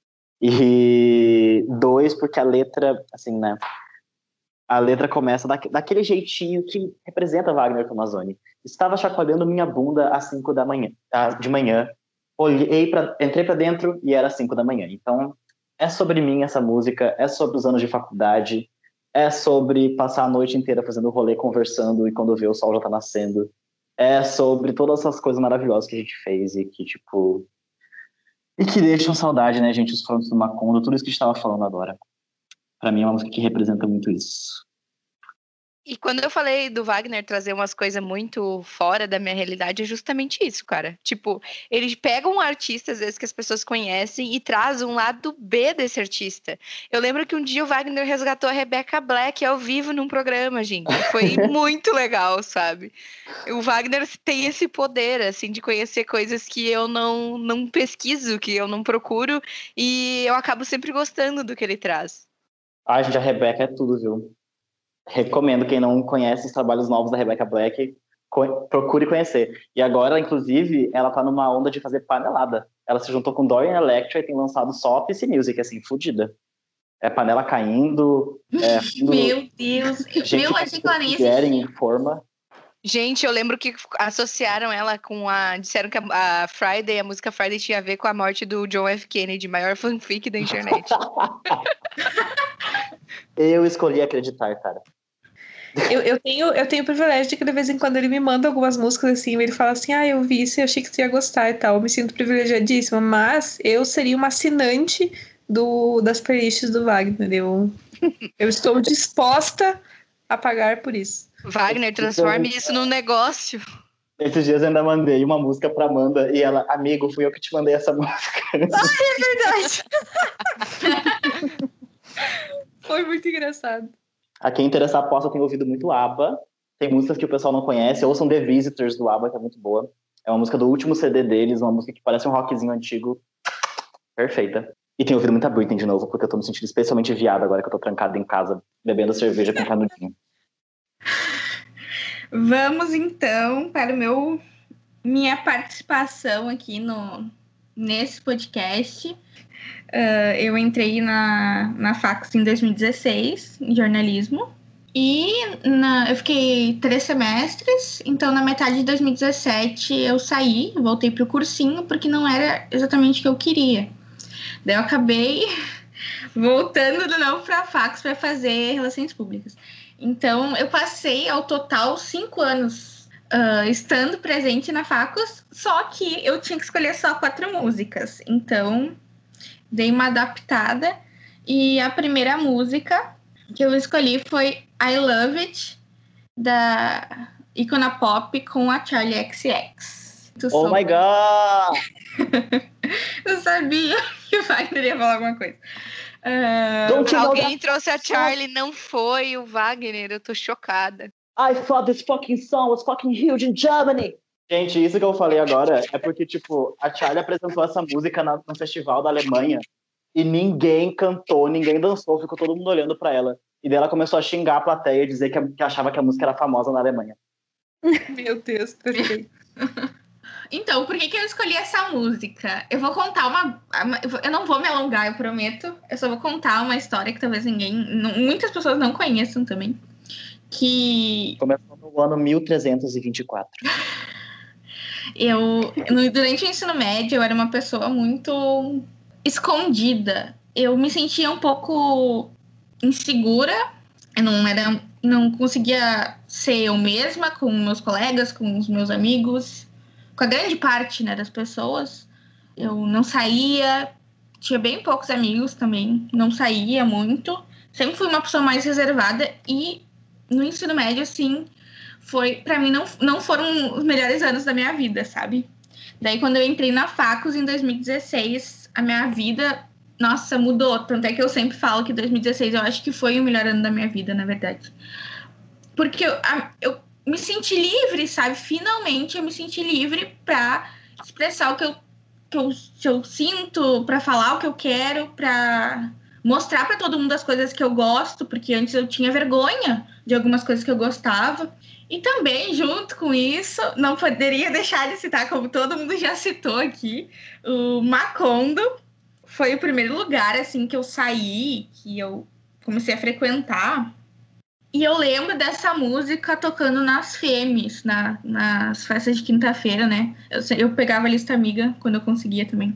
E 2, porque a letra, assim, né, a letra começa daquele jeitinho que representa Wagner Tomazoni. Estava chacoalhando minha bunda às 5 de manhã, entrei pra dentro e era 5 da manhã. Então, é sobre mim essa música, é sobre os anos de faculdade, é sobre passar a noite inteira fazendo rolê, conversando, e quando vê o sol já tá nascendo. É sobre todas essas coisas maravilhosas que a gente fez e que, tipo... E que deixam saudade, né, gente? Os frontos do Macondo, tudo isso que a gente tava falando agora. Pra mim é uma música que representa muito isso. E quando eu falei do Wagner trazer umas coisas muito fora da minha realidade, é justamente isso, cara. Tipo, ele pega um artista, às vezes, que as pessoas conhecem e traz um lado B desse artista. Eu lembro que um dia o Wagner resgatou a Rebecca Black ao vivo num programa, gente. Foi muito legal, sabe? O Wagner tem esse poder, assim, de conhecer coisas que eu não pesquiso, que eu não procuro, e eu acabo sempre gostando do que ele traz. Ai, gente, a Rebecca é tudo, viu? Recomendo, quem não conhece os trabalhos novos da Rebecca Black, procure conhecer. E agora, inclusive, ela tá numa onda de fazer panelada. Ela se juntou com Dorian Electra e tem lançado só PC Music, assim, fodida. É panela caindo. Meu Deus. Meu, achei que ela nem existia. Em forma. Gente, eu lembro que associaram ela com disseram que a Friday, a música Friday tinha a ver com a morte do John F. Kennedy, maior fanfic da internet. Eu escolhi acreditar, cara. Eu tenho o privilégio de que de vez em quando ele me manda algumas músicas assim, ele fala assim, eu vi isso e achei que você ia gostar e tal. Eu me sinto privilegiadíssima, mas eu seria uma assinante das playlists do Wagner. Eu estou disposta a pagar por isso. Wagner, transforme isso num negócio. Esses dias eu ainda mandei uma música pra Amanda e ela, amigo, fui eu que te mandei essa música. É verdade! Foi muito engraçado. A quem interessar possa ter ouvido muito ABBA. Tem músicas que o pessoal não conhece. Ouçam The Visitors do ABBA, que é muito boa. É uma música do último CD deles, uma música que parece um rockzinho antigo. Perfeita. E tenho ouvido muita Britney de novo, porque eu tô me sentindo especialmente viada agora que eu tô trancada em casa, bebendo cerveja com canudinho. Vamos, então, para minha participação aqui nesse podcast. Eu entrei na Facus em 2016, em jornalismo. E eu fiquei 3 semestres, então na metade de 2017 eu saí, voltei pro cursinho, porque não era exatamente o que eu queria. Daí eu acabei voltando de novo pra Facus para fazer Relações Públicas. Então eu passei ao total 5 anos estando presente na Facus, só que eu tinha que escolher só 4 músicas. Então dei uma adaptada e a primeira música que eu escolhi foi I Love It, da Icona Pop com a Charli XX. My God! Eu sabia que o Wagner ia falar alguma coisa. Alguém trouxe a Charli, não foi o Wagner, eu tô chocada. I thought this fucking song was fucking huge in Germany! Gente, isso que eu falei agora é porque, tipo, a Charli apresentou essa música no festival da Alemanha e ninguém cantou, ninguém dançou, ficou todo mundo olhando pra ela. E daí ela começou a xingar a plateia e dizer que achava que a música era famosa na Alemanha. Meu Deus, perfeito. Então, por que eu escolhi essa música? Eu vou contar eu não vou me alongar, eu prometo. Eu só vou contar uma história que talvez muitas pessoas não conheçam também. Que... Começou no ano 1324. Durante o ensino médio, eu era uma pessoa muito escondida. Eu me sentia um pouco insegura. Eu não conseguia ser eu mesma com meus colegas, com os meus amigos, com a grande parte, né, das pessoas. Eu não saía, tinha bem poucos amigos também, não saía muito. Sempre fui uma pessoa mais reservada e no ensino médio, assim, pra mim não foram os melhores anos da minha vida, sabe? Daí, quando eu entrei na Facus em 2016, a minha vida, nossa, mudou. Tanto é que eu sempre falo que 2016 eu acho que foi o melhor ano da minha vida, na verdade. Porque eu me senti livre, sabe? Finalmente eu me senti livre pra expressar o que eu sinto, pra falar o que eu quero, pra mostrar pra todo mundo as coisas que eu gosto, porque antes eu tinha vergonha de algumas coisas que eu gostava. E também, junto com isso, não poderia deixar de citar, como todo mundo já citou aqui, o Macondo. Foi o primeiro lugar, assim, que eu saí, que eu comecei a frequentar. E eu lembro dessa música tocando nas FEMEs, nas festas de quinta-feira, né? Eu pegava a lista amiga quando eu conseguia também.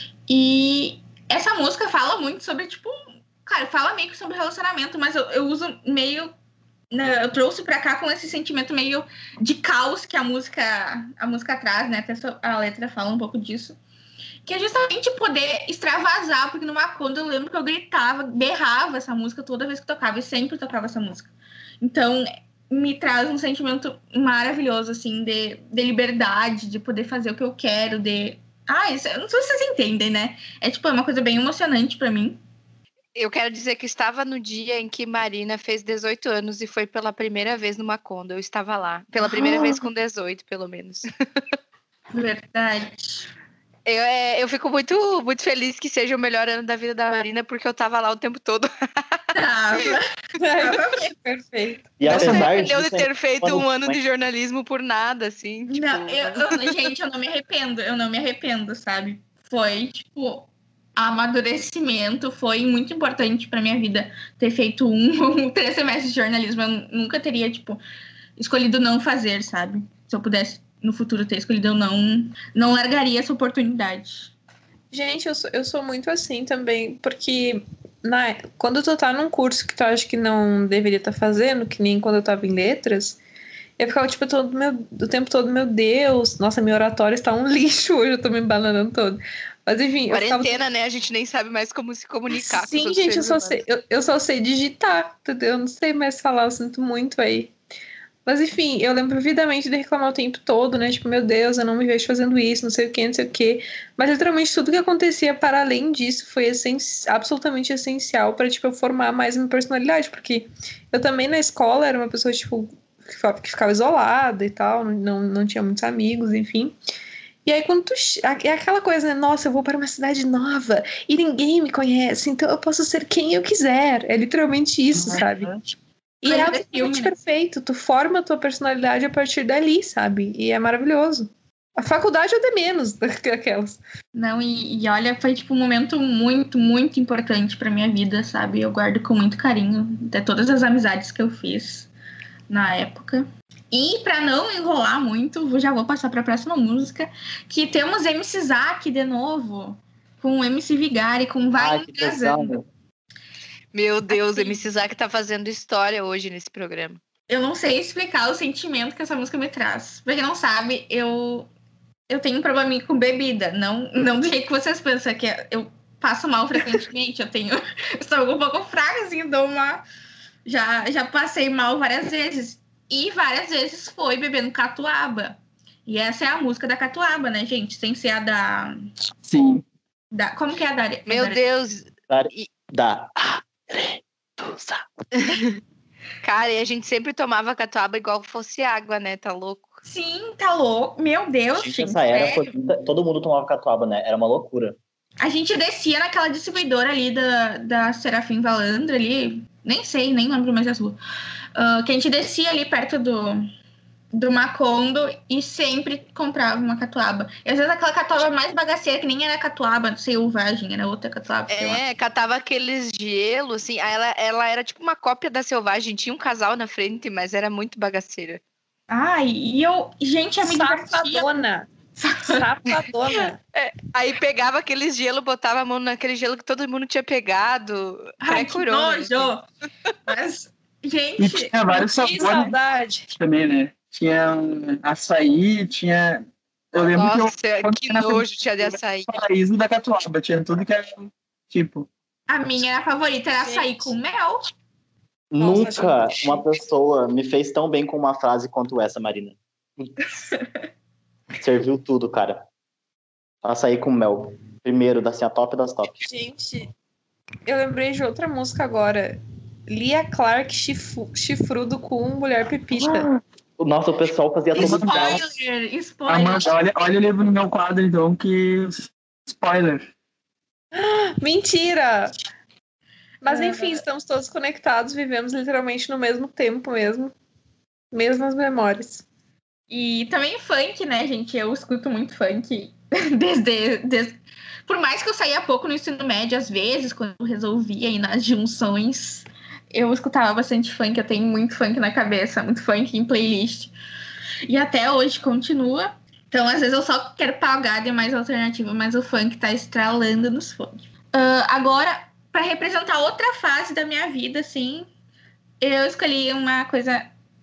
E essa música fala muito sobre, tipo... Cara, fala meio que sobre relacionamento, mas eu uso meio... Eu trouxe pra cá com esse sentimento meio de caos que a música traz, né? Até a letra fala um pouco disso. Que é justamente poder extravasar, porque no Macondo eu lembro que eu gritava, berrava essa música toda vez que tocava, e sempre tocava essa música. Então, me traz um sentimento maravilhoso, assim, de liberdade, de poder fazer o que eu quero, isso, eu não sei se vocês entendem, né? É uma coisa bem emocionante pra mim. Eu quero dizer que estava no dia em que Marina fez 18 anos e foi pela primeira vez no Macondo. Eu estava lá. Pela primeira vez com 18, pelo menos. Verdade. Eu fico muito, muito feliz que seja o melhor ano da vida da Marina, porque eu tava lá o tempo todo. Perfeito. E não se apesar arrependeu de disso, ter feito um ano de jornalismo por nada, assim. Tipo... Gente, eu não me arrependo, sabe? Foi, amadurecimento, foi muito importante pra minha vida ter feito 3 semestres de jornalismo. Eu nunca teria, escolhido não fazer, sabe? Se eu pudesse no futuro ter escolhido, eu não largaria essa oportunidade. Gente, eu sou muito assim também, porque quando tu tá num curso que tu acha que não deveria estar fazendo, que nem quando eu tava em letras, eu ficava, o tempo todo, meu Deus, nossa, minha oratória está um lixo hoje, eu tô me embananando todo. Mas enfim, quarentena, né? A gente nem sabe mais como se comunicar. Sim, com os gente, eu só sei digitar, entendeu? Eu não sei mais falar, eu sinto muito aí. Mas enfim, eu lembro vividamente de reclamar o tempo todo, né? Meu Deus, eu não me vejo fazendo isso, não sei o que. Mas literalmente tudo que acontecia para além disso foi absolutamente essencial para, eu formar mais a minha personalidade. Porque eu também na escola era uma pessoa, que ficava isolada e tal, não tinha muitos amigos, enfim. E aí, quando é aquela coisa, né? Nossa, eu vou para uma cidade nova e ninguém me conhece, então eu posso ser quem eu quiser. É literalmente isso, sabe? E é absolutamente perfeito. Tu forma a tua personalidade a partir dali, sabe? E é maravilhoso. A faculdade é de menos daquelas. Não, e olha, foi tipo um momento muito, muito importante pra minha vida, sabe? Eu guardo com muito carinho de todas as amizades que eu fiz na época. E pra não enrolar muito, já vou passar pra próxima música, que temos MC Zack de novo, com o MC Vigari, com Vai Casando. Meu Deus, assim, MC Zack tá fazendo história hoje nesse programa. Eu não sei explicar o sentimento que essa música me traz. Pra quem não sabe, eu tenho um probleminha com bebida. Não do jeito que vocês pensam, que eu passo mal frequentemente. Eu estou um pouco fraca, assim, dou uma... Já passei mal várias vezes. E várias vezes foi bebendo catuaba. E essa é a música da catuaba, né, gente? Sem ser a da... Sim. Como que é a da... Meu Deus! Da... Cara, e a gente sempre tomava catuaba igual fosse água, né? Tá louco? Sim, tá louco. Meu Deus, gente. Essa era foi... Todo mundo tomava catuaba, né? Era uma loucura. A gente descia naquela distribuidora ali da Serafim Valandra ali. Nem lembro mais as ruas. Que a gente descia ali perto do Macondo e sempre comprava uma catuaba. E às vezes aquela catuaba mais bagaceira, que nem era catuaba selvagem, era outra catuaba. Catava aqueles gelo, assim. Ela era tipo uma cópia da selvagem. Tinha um casal na frente, mas era muito bagaceira. Ai, e eu... Gente, a me Safadona. Aí pegava aqueles gelo, botava a mão naquele gelo que todo mundo tinha pegado. Ai, que nojo! Mas, gente... E tinha vários sabores. Que saudade. Também, né? Tinha açaí, tinha... Eu lembro que nojo tinha de açaí. Paraíso da catuaba, tinha tudo que era tipo... A minha favorita era açaí com mel. Nunca uma pessoa me fez tão bem com uma frase quanto essa, Marina. Serviu tudo, cara. Açaí com mel. Primeiro, assim, a top das tops. Gente, eu lembrei de outra música agora. Lia Clark, chifrudo com mulher pepita. Nossa, o pessoal fazia tudo dela. Spoiler. Amanda, olha o livro no meu quadro, então, que... Spoiler. Mentira! Mas enfim, estamos todos conectados, vivemos literalmente no mesmo tempo mesmo. Mesmas memórias. E também funk, né, gente? Eu escuto muito funk desde... Por mais que eu saía pouco no ensino médio, às vezes, quando eu resolvia ir nas junções, eu escutava bastante funk. Eu tenho muito funk na cabeça, muito funk em playlist. E até hoje continua. Então, às vezes, eu só quero pagar de mais alternativa, mas o funk tá estralando nos funk. Agora, para representar outra fase da minha vida, assim, eu escolhi uma coisa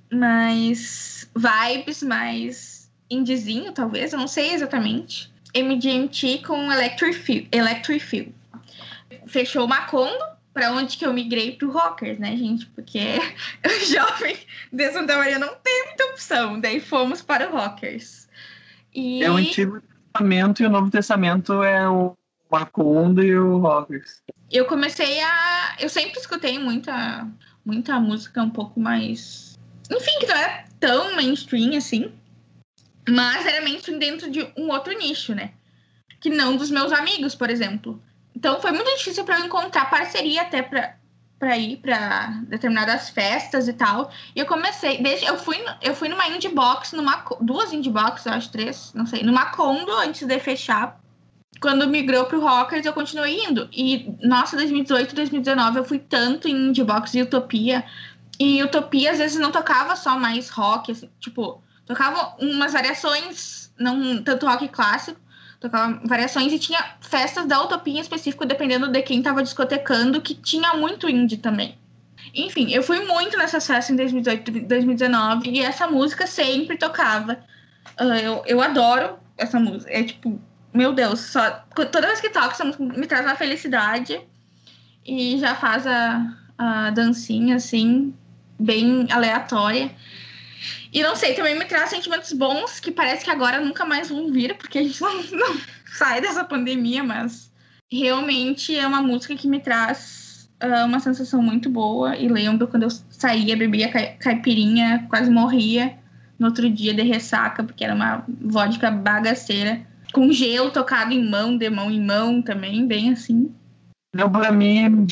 mais vibes, mais indiezinho, talvez, eu não sei exatamente. MGMT com Electric Feel. Fechou o Macondo, para onde que eu migrei pro Rockers, né, gente? Porque o jovem de Santa Maria não tem muita opção. Daí fomos para o Rockers. É o Antigo Testamento e o Novo Testamento é o Macondo e o Rockers. Eu sempre escutei muita música um pouco mais... Enfim, que não era tão mainstream assim. Mas era mainstream dentro de um outro nicho, né? Que não dos meus amigos, por exemplo. Então foi muito difícil para eu encontrar parceria até para ir para determinadas festas e tal. E eu comecei... Eu fui numa indie box, duas indie box, eu acho, 3, não sei. Numa Condo, antes de fechar. Quando migrou pro Rockers, eu continuei indo. E, nossa, 2018, 2019, eu fui tanto em indie box e Utopia. E Utopia, às vezes, não tocava só mais rock, assim, tipo... Tocava umas variações, não tanto rock clássico, tocava variações e tinha festas da Utopia em específico, dependendo de quem tava discotecando, que tinha muito indie também. Enfim, eu fui muito nessas festas em 2018, 2019 e essa música sempre tocava. Eu adoro essa música. É tipo, meu Deus, toda vez que toca essa música me traz uma felicidade e já faz a dancinha, assim, bem aleatória. E não sei, também me traz sentimentos bons que parece que agora nunca mais vão vir, porque a gente não sai dessa pandemia, mas realmente é uma música que me traz uma sensação muito boa. E lembro quando eu saía, bebia caipirinha, quase morria no outro dia de ressaca, porque era uma vodka bagaceira. com gelo tocado em mão, de mão em mão também, bem assim. Não, pra mim,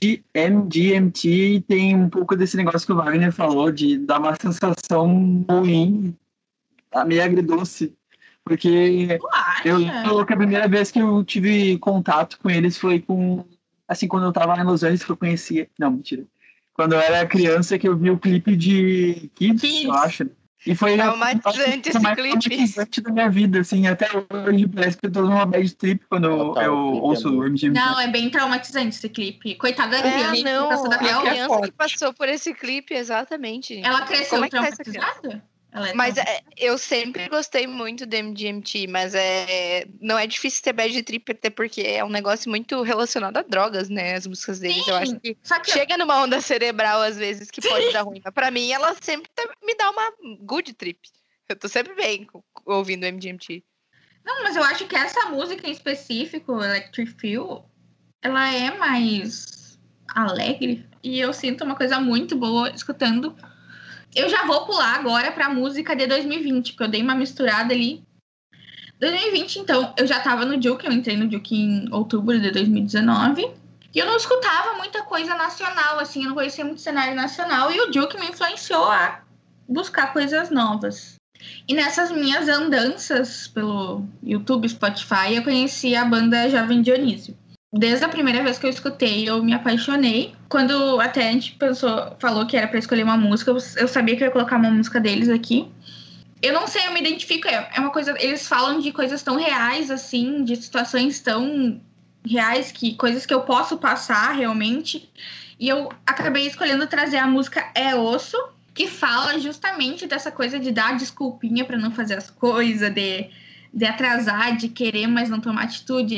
MGMT tem um pouco desse negócio que o Wagner falou, de dar uma sensação ruim, meio agridoce. Porque eu lembro que a primeira vez que eu tive contato com eles foi quando eu tava em Los Angeles, que eu conhecia. Não, mentira. Quando eu era criança, que eu vi o clipe de Kids, eu acho. E foi traumatizante esse clipe. Traumatizante da minha vida, assim, até hoje parece que eu tô numa bad trip quando eu ouço o MGM. Não, é bem traumatizante esse clipe. Coitada da criança. A criança que passou por esse clipe, exatamente. Ela cresceu traumatizada? Mas eu sempre gostei muito do MGMT, mas não é difícil ter bad trip, até porque é um negócio muito relacionado a drogas, né? As músicas deles. Sim, eu acho que chega numa onda cerebral, às vezes, que pode dar ruim. Mas pra mim, ela sempre me dá uma good trip. Eu tô sempre bem ouvindo MGMT. Não, mas eu acho que essa música em específico, Electric Feel, ela é mais alegre. E eu sinto uma coisa muito boa escutando. Eu já vou pular agora pra música de 2020, porque eu dei uma misturada ali. 2020, então, eu já tava no Juke, eu entrei no Juke em outubro de 2019. E eu não escutava muita coisa nacional, assim, eu não conhecia muito cenário nacional. E o Juke me influenciou a buscar coisas novas. E nessas minhas andanças pelo YouTube, Spotify, eu conheci a banda Jovem Dionísio. Desde a primeira vez que eu escutei, eu me apaixonei. Quando até a gente falou que era pra escolher uma música, eu sabia que eu ia colocar uma música deles aqui. Eu não sei, eu me identifico, é uma coisa... Eles falam de coisas tão reais, assim, de situações tão reais, coisas que eu posso passar, realmente. E eu acabei escolhendo trazer a música É Osso, que fala justamente dessa coisa de dar desculpinha pra não fazer as coisas, de atrasar, de querer, mas não tomar atitude,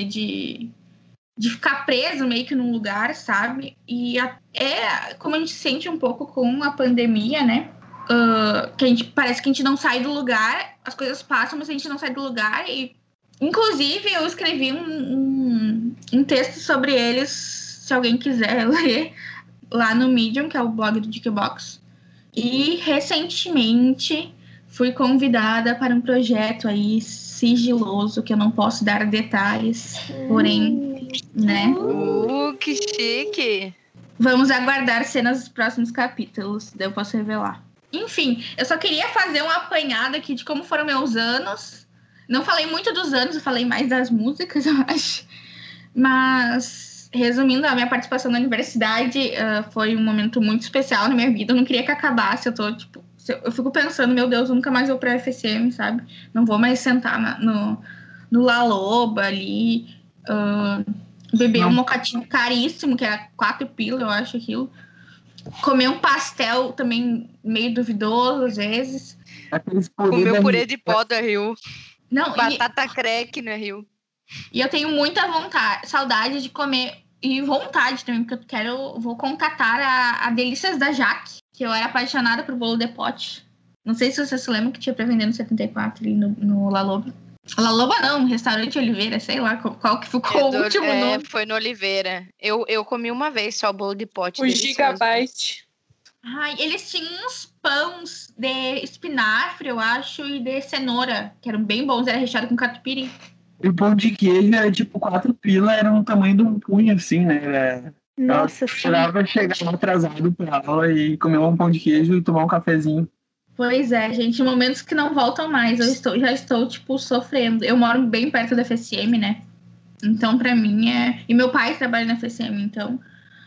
de ficar preso meio que num lugar, sabe? E como a gente sente um pouco com a pandemia, né? Que parece que a gente não sai do lugar, as coisas passam, mas a gente não sai do lugar. E, inclusive, eu escrevi um texto sobre eles, se alguém quiser ler, lá no Medium, que é o blog do Jukebox. E, recentemente, fui convidada para um projeto aí sigiloso, que eu não posso dar detalhes, porém... né? Que chique! Vamos aguardar cenas dos próximos capítulos, daí eu posso revelar. Enfim, eu só queria fazer um apanhado aqui de como foram meus anos. Não falei muito dos anos, eu falei mais das músicas, eu acho. Mas, resumindo, a minha participação na universidade foi um momento muito especial na minha vida. Eu não queria que acabasse, eu fico pensando, meu Deus, eu nunca mais vou pra FSM, sabe? Não vou mais sentar no La Loba ali... beber um mocatinho caríssimo, que era 4 pila, eu acho aquilo. Comer um pastel também meio duvidoso, às vezes. Comer purê de pó da Rio. Não, batata crack na Rio. E eu tenho muita saudade de comer, e vontade também, porque vou contatar a Delícias da Jaque, que eu era apaixonada por bolo de pote. Não sei se você se lembra que tinha pra vender no 74 ali no La Loba. La Loba não, Restaurante Oliveira, sei lá qual que ficou o último nome. Foi no Oliveira. Eu comi uma vez só o bolo de pote. O Gigabyte. Ai, eles tinham uns pães de espinafre, eu acho, e de cenoura, que eram bem bons, era recheado com catupiry. E o pão de queijo era tipo 4 pila, era um tamanho de um punho, assim, né? Nossa, eu esperava chegar atrasado pra aula e comer um pão de queijo e tomar um cafezinho. Pois é, gente, momentos que não voltam mais. Já estou, sofrendo. Eu moro bem perto da FSM, né? Então, pra mim, E meu pai trabalha na FSM, então...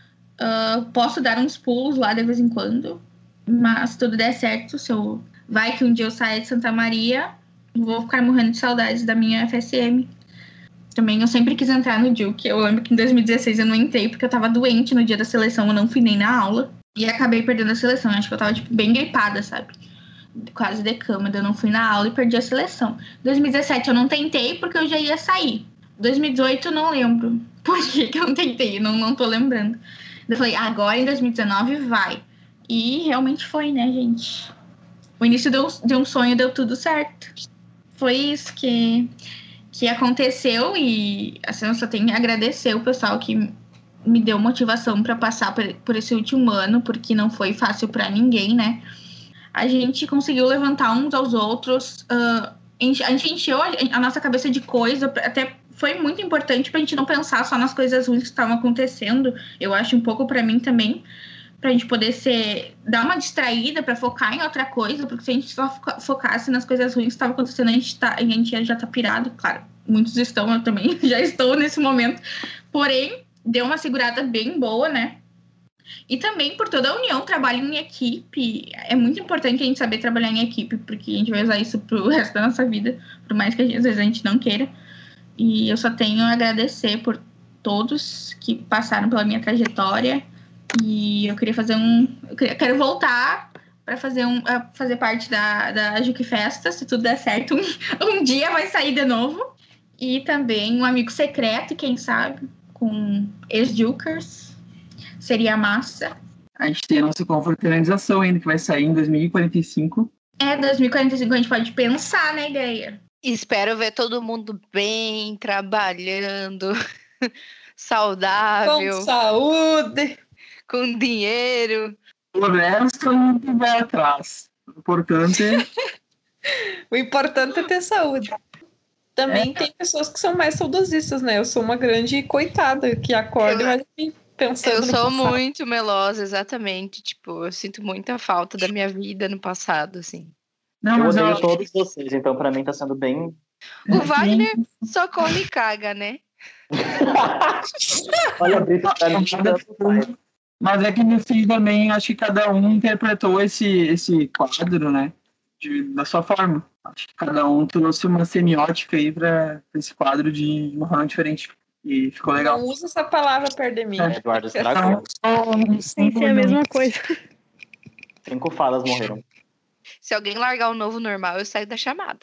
posso dar uns pulos lá de vez em quando. Mas se tudo der certo, vai que um dia eu saia de Santa Maria, vou ficar morrendo de saudades da minha FSM. Também eu sempre quis entrar no Juke. Eu lembro que em 2016 eu não entrei, porque eu tava doente no dia da seleção. Eu não fui nem na aula. E acabei perdendo a seleção. Acho que eu tava, bem gripada, sabe? Quase de cama, eu não fui na aula e perdi a seleção. 2017 eu não tentei porque eu já ia sair. 2018 eu não lembro por que eu não tentei, não tô lembrando. Eu falei, agora em 2019 vai. E realmente foi, né, gente? O início de um sonho deu tudo certo. Foi isso que aconteceu e assim, eu só tenho que agradecer o pessoal que me deu motivação para passar por esse último ano, porque não foi fácil para ninguém, né? A gente conseguiu levantar uns aos outros, A gente encheu a nossa cabeça de coisa, até foi muito importante pra gente não pensar só nas coisas ruins que estavam acontecendo. Eu acho um pouco pra mim também, pra gente poder dar uma distraída, pra focar em outra coisa, porque se a gente só focasse nas coisas ruins que estavam acontecendo, a gente já tá pirado, claro. Muitos estão, eu também já estou nesse momento. Porém, deu uma segurada bem boa, né? E também por toda a união, trabalho em equipe. É muito importante a gente saber trabalhar em equipe, porque a gente vai usar isso pro resto da nossa vida, por mais que às vezes a gente não queira. E eu só tenho a agradecer por todos que passaram pela minha trajetória. E eu queria quero voltar para fazer parte da Juque Festa, se tudo der certo. Um dia vai sair de novo. E também um amigo secreto, quem sabe, com ex-Jukers. Seria massa. A gente tem a nossa confraternização ainda, que vai sair em 2045. 2045 a gente pode pensar na ideia. Espero ver todo mundo bem, trabalhando, saudável. Com saúde. Com dinheiro. O resto a gente vai atrás. O importante é ter saúde. Também tem pessoas que são mais saudosistas, né? Eu sou uma grande coitada que acorda, mas enfim. Eu sou muito melosa, exatamente. Tipo, eu sinto muita falta da minha vida no passado, assim. Não, eu odeio todos vocês, então pra mim tá sendo bem... O Wagner só come e caga, né? Olha a Brita pra mim. Mas é que no fim também, acho que cada um interpretou esse quadro, né? Da sua forma. Acho que cada um trouxe uma semiótica aí pra esse quadro de uma forma diferente. E ficou legal. Não usa essa palavra perto de mim. Eduardo estragou. Tem que ser a mesma coisa. 5 fadas morreram. Se alguém largar o novo normal, eu saio da chamada.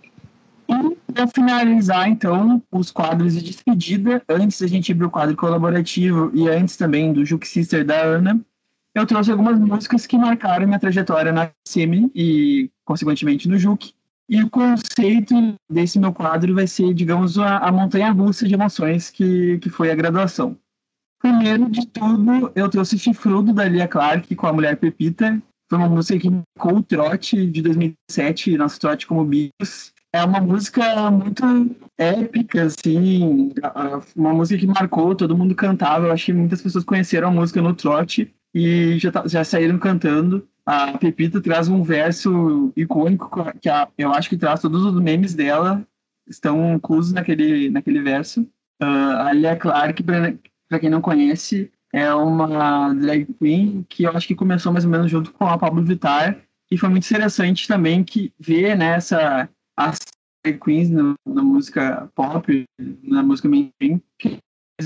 E para finalizar, então, os quadros de despedida, antes da gente ir pro quadro colaborativo e antes também do Juke Sister da Ana, eu trouxe algumas músicas que marcaram minha trajetória na SEMI e, consequentemente, no Juke. E o conceito desse meu quadro vai ser, digamos, a montanha-russa de emoções que foi a graduação. Primeiro de tudo, eu trouxe Chifrudo, da Lia Clark, com a Mulher Pepita. Foi uma música que marcou o trote de 2007, nosso trote como Bios. É uma música muito épica, assim, uma música que marcou, todo mundo cantava. Eu acho que muitas pessoas conheceram a música no trote e já saíram cantando. A Pepita traz um verso icônico que eu acho que traz todos os memes dela, estão inclusos naquele verso. A Lia Clark, para quem não conhece, é uma drag queen que eu acho que começou mais ou menos junto com a Pablo Vittar, e foi muito interessante também ver, né, as drag queens na música pop, na música mainstream, que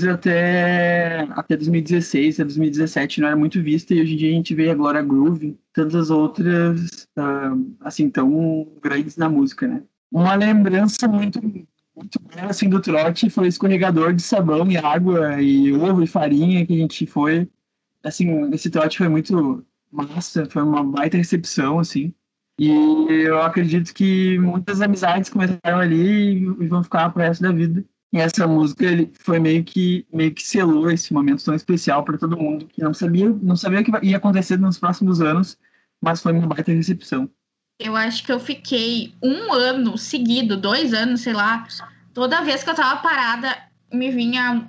até 2016, até 2017 não era muito vista, e hoje em dia a gente vê a Glória Groove, tantas outras, assim, tão grandes na música, né? Uma lembrança muito boa, assim, do trote foi o escorregador de sabão e água e ovo e farinha que a gente foi. Assim, esse trote foi muito massa, foi uma baita recepção, assim. E eu acredito que muitas amizades começaram ali e vão ficar pro resto da vida. E essa música foi meio que selou esse momento tão especial para todo mundo, que não sabia o que ia acontecer nos próximos anos, mas foi uma baita recepção. Eu acho que eu fiquei 1 ano seguido, 2 anos, sei lá, toda vez que eu tava parada, me vinha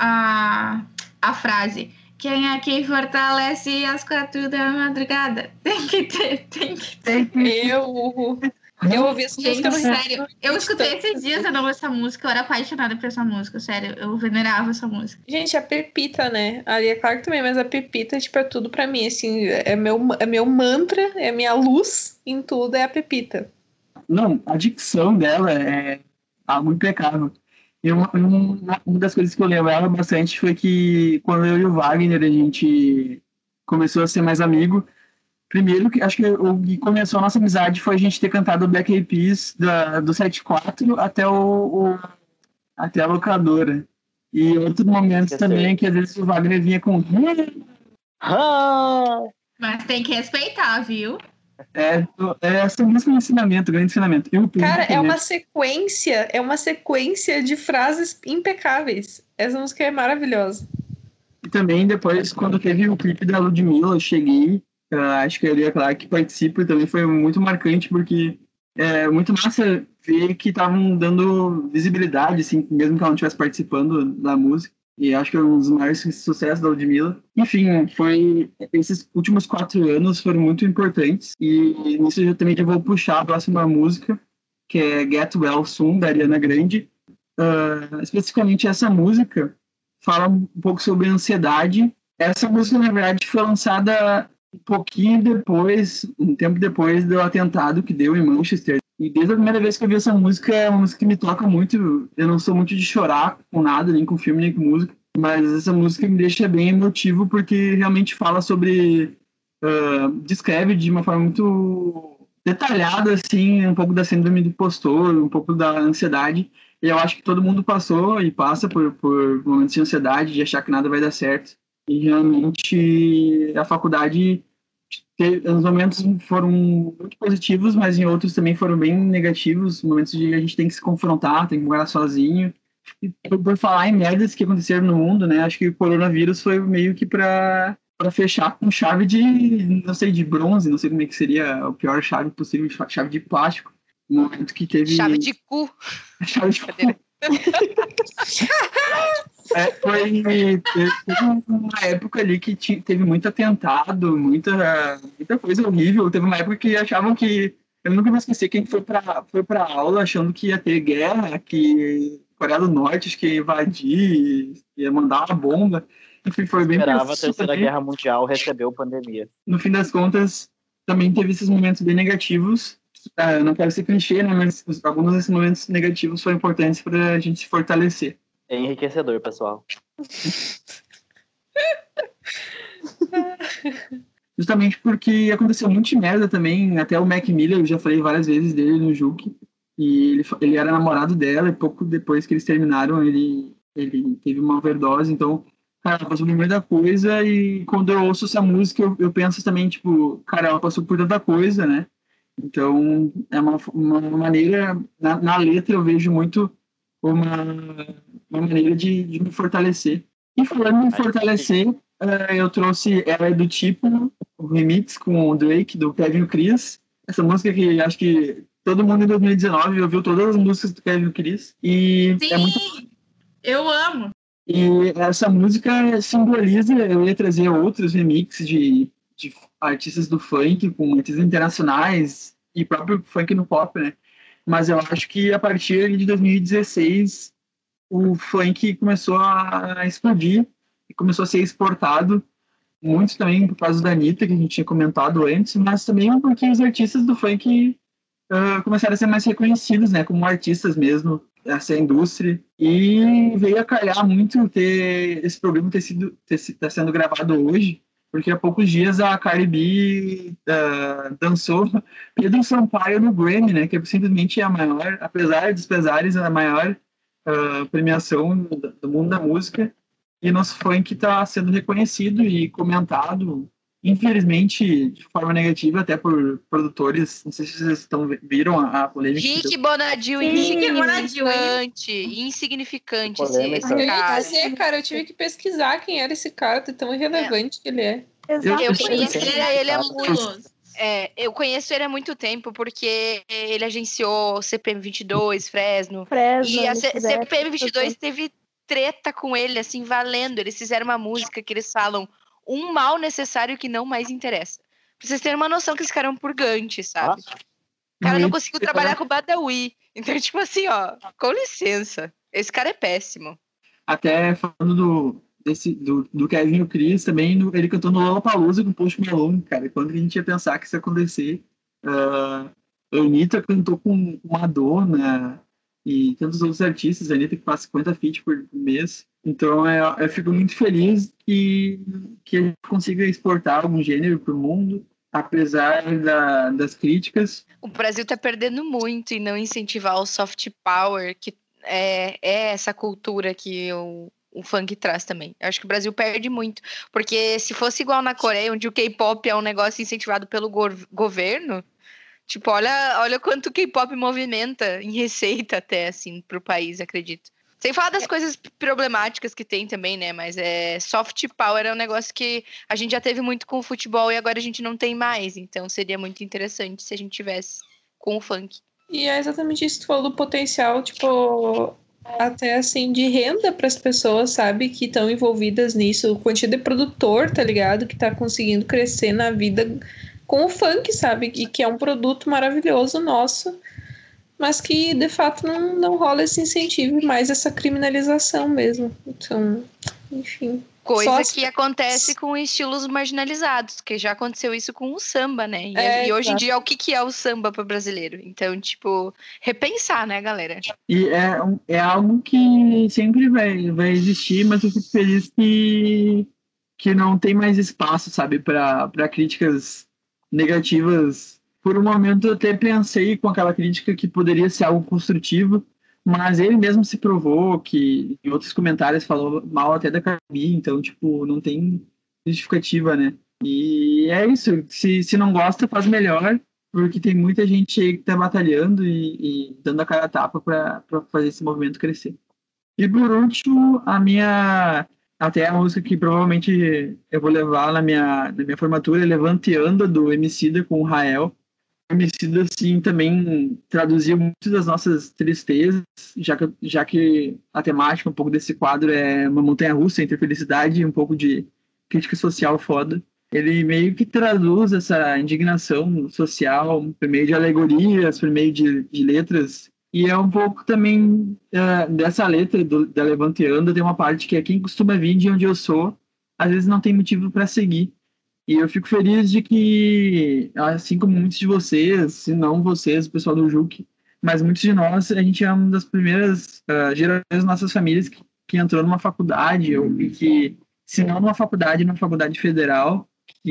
a frase: quem aqui fortalece às 4 da madrugada? Tem que ter. Eu ouvi essa música no sério. Eu escutei esses dias de novo essa música. Eu era apaixonada por essa música, sério. Eu venerava essa música. Gente, a Pepita, né? A Lia Clark também, mas a Pepita, tipo, é tudo pra mim, assim. É meu mantra, é minha luz em tudo, é a Pepita. Não, a dicção dela é algo impecável. E uma das coisas que eu lembrava bastante foi que quando eu e o Wagner, a gente começou a ser mais amigo. Primeiro, acho que o que começou a nossa amizade foi a gente ter cantado o Black Eyed Peas do 7/4 até a locadora. E outros momentos também que às vezes o Wagner vinha com... Mas tem que respeitar, viu? Esse é um ensinamento, grande ensinamento. Cara, é uma sequência de frases impecáveis. Essa música é maravilhosa. E também depois, quando teve o clipe da Ludmilla, eu cheguei... acho que a Lia Clark participa também foi muito marcante, porque é muito massa ver que estavam dando visibilidade, assim, mesmo que ela não estivesse participando da música. E acho que é um dos maiores sucessos da Ludmilla. Enfim, esses últimos 4 anos foram muito importantes. E nisso eu também já vou puxar a próxima música, que é Get Well Soon, da Ariana Grande. Especificamente essa música fala um pouco sobre ansiedade. Essa música, na verdade, foi lançada um tempo depois do atentado que deu em Manchester. E desde a primeira vez que eu vi essa música, é uma música que me toca muito. Eu não sou muito de chorar com nada, nem com filme, nem com música. Mas essa música me deixa bem emotivo porque realmente fala sobre... descreve de uma forma muito detalhada, assim, um pouco da síndrome do impostor, um pouco da ansiedade. E eu acho que todo mundo passou e passa por momentos de ansiedade, de achar que nada vai dar certo. E realmente a faculdade, os momentos foram muito positivos, mas em outros também foram bem negativos, momentos de a gente tem que se confrontar, tem que morar sozinho. E por falar em merdas que aconteceram no mundo, né, acho que o coronavírus foi meio que para fechar com chave de, não sei, de bronze, não sei como é que seria a pior chave possível, chave de plástico. No momento que teve... Chave de cu. Chave de cu. Teve uma época ali que teve muito atentado, muita coisa horrível. Teve uma época que achavam que... Eu nunca me esqueci, quem foi pra aula achando que ia ter guerra, que Coreia do Norte acho que ia invadir, ia mandar uma bomba. Enfim, foi bem... Esperava a Terceira Guerra Mundial, recebeu pandemia. No fim das contas, também teve esses momentos bem negativos. Eu não quero ser clichê, né? Mas alguns desses momentos negativos foram importantes para a gente se fortalecer. É enriquecedor, pessoal. Justamente porque aconteceu muita merda também. Até o Mac Miller, eu já falei várias vezes dele no Juque. E ele era namorado dela, e pouco depois que eles terminaram, ele teve uma overdose. Então, cara, ela passou por muita coisa. E quando eu ouço essa música, eu penso também, tipo, cara, ela passou por tanta coisa, né? Então, é uma maneira... Na letra eu vejo muito uma maneira de me fortalecer. E falando em fortalecer, eu trouxe Ela é do Tipo, o remix com o Drake, do Kevin Chris. Essa música que acho que todo mundo em 2019 ouviu todas as músicas do Kevin Chris. E sim, é muito... eu amo. E essa música simboliza... Eu ia trazer outros remixes de artistas do funk, com artistas internacionais e próprio funk no pop, né? Mas eu acho que a partir de 2016 o funk começou a explodir e começou a ser exportado, muito também por causa da Anitta, que a gente tinha comentado antes, mas também porque os artistas do funk começaram a ser mais reconhecidos, né, como artistas mesmo, essa indústria, e veio a calhar muito ter esse programa tá sendo gravado hoje, porque há poucos dias a Cardi B dançou Pedro Sampaio no Grammy, né, que é simplesmente a maior, apesar dos pesares, a maior premiação do mundo da música, e nosso funk está sendo reconhecido e comentado, infelizmente, de forma negativa, até por produtores. Não sei se vocês viram a polêmica. Rick Bonadio, insignificante cara, eu tive que pesquisar quem era esse cara, tão irrelevante que ele é. Eu conheço ele eu conheço ele há muito tempo, porque ele agenciou CPM 22, Fresno. E a CPM 22 teve treta com ele, assim, valendo. Eles fizeram uma música que eles falam um mal necessário que não mais interessa. Pra vocês terem uma noção que esse cara é um purgante, sabe? O cara não conseguiu trabalhar com o Badawi. Então, tipo assim, ó, com licença. Esse cara é péssimo. Até falando do Kevin e o Chris, também ele cantou no Lollapalooza com o Post Malone, cara. Quando a gente ia pensar que isso ia acontecer? A Anitta cantou com Madonna e tantos outros artistas. A Anitta que faz 50 feats por mês. Então eu fico muito feliz que a gente consiga exportar algum gênero para o mundo, apesar das críticas. O Brasil tá perdendo muito em não incentivar o soft power, que é essa cultura que o funk traz também. Eu acho que o Brasil perde muito, porque se fosse igual na Coreia, onde o K-pop é um negócio incentivado pelo governo, tipo, olha quanto o K-pop movimenta em receita até, assim, pro país, acredito. Sem falar das coisas problemáticas que tem também, né? Mas soft power é um negócio que a gente já teve muito com o futebol e agora a gente não tem mais. Então seria muito interessante se a gente tivesse com o funk. E é exatamente isso que tu falou do potencial, tipo, até assim, de renda para as pessoas, sabe, que estão envolvidas nisso. Quantidade de produtor, tá ligado? Que tá conseguindo crescer na vida com o funk, sabe? E que é um produto maravilhoso nosso, mas que de fato não rola esse incentivo e mais essa criminalização mesmo. Então, enfim. Coisa que acontece com estilos marginalizados, que já aconteceu isso com o samba, né? E hoje em dia, o que é o samba para o brasileiro? Então, tipo, repensar, né, galera? E é algo que sempre vai existir, mas eu fico feliz que não tem mais espaço, sabe, para críticas negativas. Por um momento eu até pensei com aquela crítica que poderia ser algo construtivo, mas ele mesmo se provou que em outros comentários falou mal até da Gabi, então, tipo, não tem justificativa, né? E é isso, se não gosta, faz melhor, porque tem muita gente aí que tá batalhando e dando a cara a tapa para fazer esse movimento crescer. E por último, até a música que provavelmente eu vou levar na minha formatura é Levante e Anda, do Emicida com o Rael. O Emicida, assim, também traduziu muitas das nossas tristezas, já que a temática um pouco desse quadro é uma montanha-russa entre felicidade e um pouco de crítica social foda. Ele meio que traduz essa indignação social por meio de alegorias, por meio de letras. E é um pouco também dessa letra da Levante e Anda, tem uma parte que é quem costuma vir de onde eu sou, às vezes não tem motivo para seguir. E eu fico feliz de que, assim como muitos de vocês, se não vocês, o pessoal do JUC, mas muitos de nós, a gente é uma das primeiras gerações das nossas famílias que entrou numa faculdade, ou que, se não numa faculdade federal.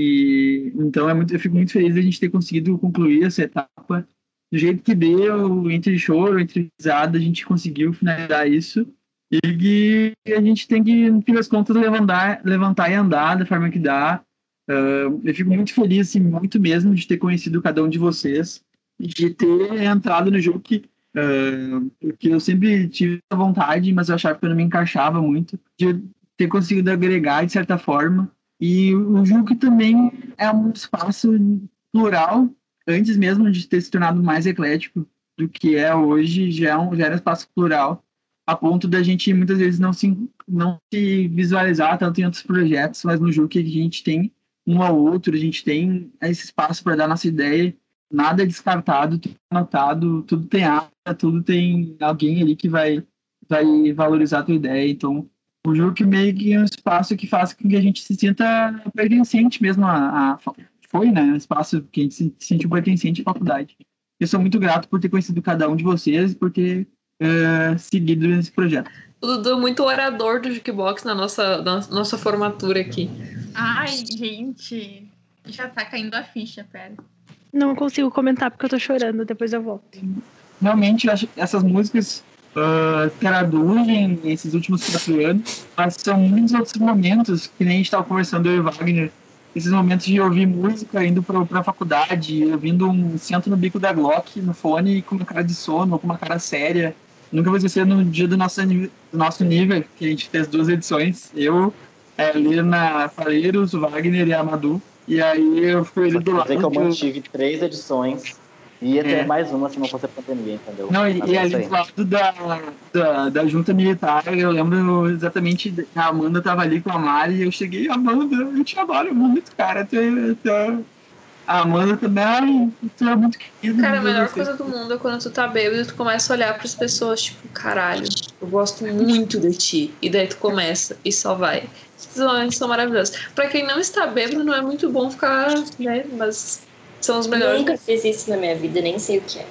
Então eu fico muito feliz de a gente ter conseguido concluir essa etapa do jeito que deu, entre choro, entre risada, a gente conseguiu finalizar isso. E a gente tem que, no fim das contas, levantar e andar da forma que dá. Eu fico muito feliz, assim, muito mesmo, de ter conhecido cada um de vocês, de ter entrado no JUC, porque eu sempre tive essa vontade, mas eu achava que eu não me encaixava muito, de ter conseguido agregar de certa forma. E o JUC também é um espaço plural, antes mesmo de ter se tornado mais eclético do que é hoje, já era um espaço plural, a ponto da gente muitas vezes não se visualizar tanto em outros projetos, mas no JUC a gente tem um ao outro, a gente tem esse espaço para dar nossa ideia, nada é descartado, tudo é anotado, tudo tem ata, tudo tem alguém ali que vai valorizar a tua ideia. Então, o JUC meio que é um espaço que faz com que a gente se sinta pertencente mesmo foi, né, um espaço que a gente se sentiu pertencente à faculdade. Eu sou muito grato por ter conhecido cada um de vocês e por ter seguido nesse projeto. O Dudu é muito orador do Jukebox na nossa formatura aqui. Ai, gente, já tá caindo a ficha, pera. Não consigo comentar porque eu tô chorando, depois eu volto. Realmente, eu acho que essas músicas traduzem esses últimos 4 anos, mas são muitos outros momentos, que nem a gente estava conversando, eu e Wagner, esses momentos de ouvir música indo para a faculdade, ouvindo um Sento no Bico da Glock no fone com uma cara de sono, com uma cara séria. Nunca vou esquecer no dia do nosso nível, que a gente fez 2 edições, eu, Helena Faleiros, o Wagner e a Madu, e aí eu fui ele do lado. Quer dizer que eu mantive 3 edições, e ia ter mais uma se não fosse a pandemia, entendeu? Não, e ali do lado da junta militar, eu lembro exatamente, a Amanda tava ali com a Mari, e eu cheguei, Amanda, eu te adoro muito, cara, a Amanda também, tu é muito querida. Cara, a melhor coisa do mundo é quando tu tá bêbado e tu começa a olhar pras pessoas, tipo, caralho, eu gosto muito de ti. E daí tu começa e só vai. Esses momentos são maravilhosos. Pra quem não está bêbado, não é muito bom ficar, né, mas são os melhores. Eu nunca fiz isso na minha vida, nem sei o que é.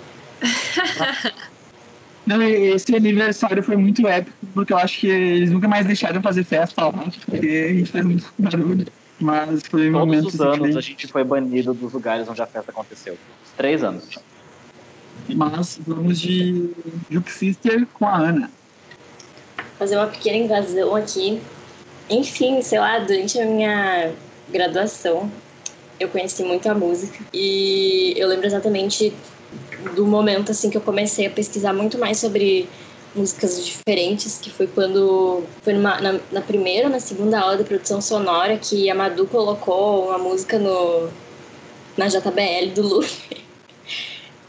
Não, esse aniversário foi muito épico, porque eu acho que eles nunca mais deixaram fazer festa lá, porque a gente fez muito barulho. Mas foi um momento. Todos os anos a gente foi banido dos lugares onde a festa aconteceu. 3 anos. Mas vamos de Juke Sister com a Ana. Fazer uma pequena invasão aqui. Enfim, sei lá, durante a minha graduação, eu conheci muito a música. E eu lembro exatamente do momento assim que eu comecei a pesquisar muito mais sobre músicas diferentes, que foi quando foi na primeira ou na segunda aula de produção sonora que a Madu colocou uma música na JBL do Luffy,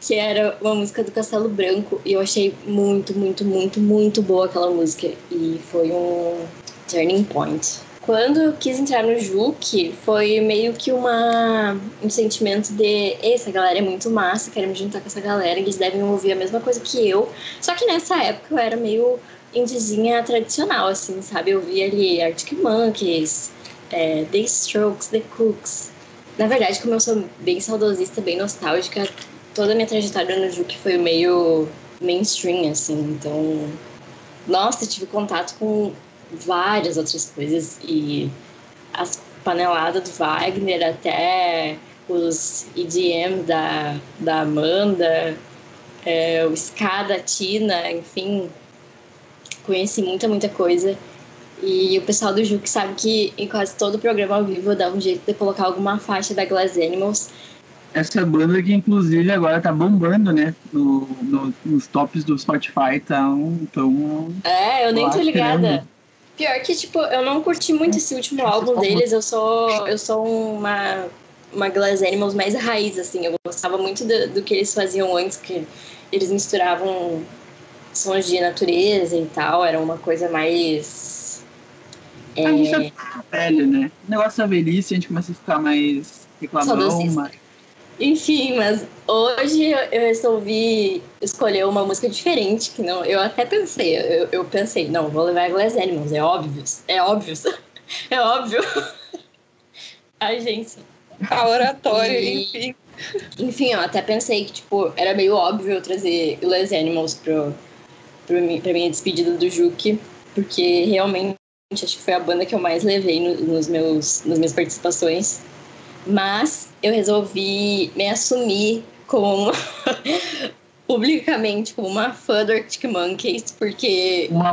que era uma música do Castelo Branco. E eu achei muito, muito, muito, muito boa aquela música. E foi um turning point. Quando eu quis entrar no Juque, foi meio que um sentimento de essa galera é muito massa, quero me juntar com essa galera, eles devem ouvir a mesma coisa que eu. Só que nessa época eu era meio indiezinha tradicional, assim, sabe? Eu via ali Arctic Monkeys, The Strokes, The Cooks. Na verdade, como eu sou bem saudosista, bem nostálgica, toda a minha trajetória no Juque foi meio mainstream, assim. Então, nossa, tive contato com várias outras coisas e as paneladas do Wagner até os EDM da Amanda, o ska da Tina, enfim, conheci muita coisa. E o pessoal do Juque sabe que em quase todo programa ao vivo eu dava um jeito de colocar alguma faixa da Glass Animals. Essa banda que inclusive agora tá bombando, né? Nos tops do Spotify tão eu nem tô ligada. Caramba. Pior que, tipo, eu não curti muito esse último álbum deles. Eu sou uma Glass Animals mais raiz, assim. Eu gostava muito do que eles faziam antes, que eles misturavam sons de natureza e tal. Era uma coisa mais... A gente já fica velho, né? O negócio da velhice, a gente começa a ficar mais reclamão, mas... Enfim, mas hoje eu resolvi escolher uma música diferente, que não, eu até pensei, eu pensei, não, vou levar a Glass Animals, é óbvio, é óbvio. Ai, gente. A oratória, enfim. Enfim, eu até pensei que, tipo, era meio óbvio eu trazer Glass Animals pra minha despedida do Juque, porque realmente acho que foi a banda que eu mais levei nas minhas participações. Mas eu resolvi me assumir como publicamente como uma fã do Arctic Monkeys, porque... Uma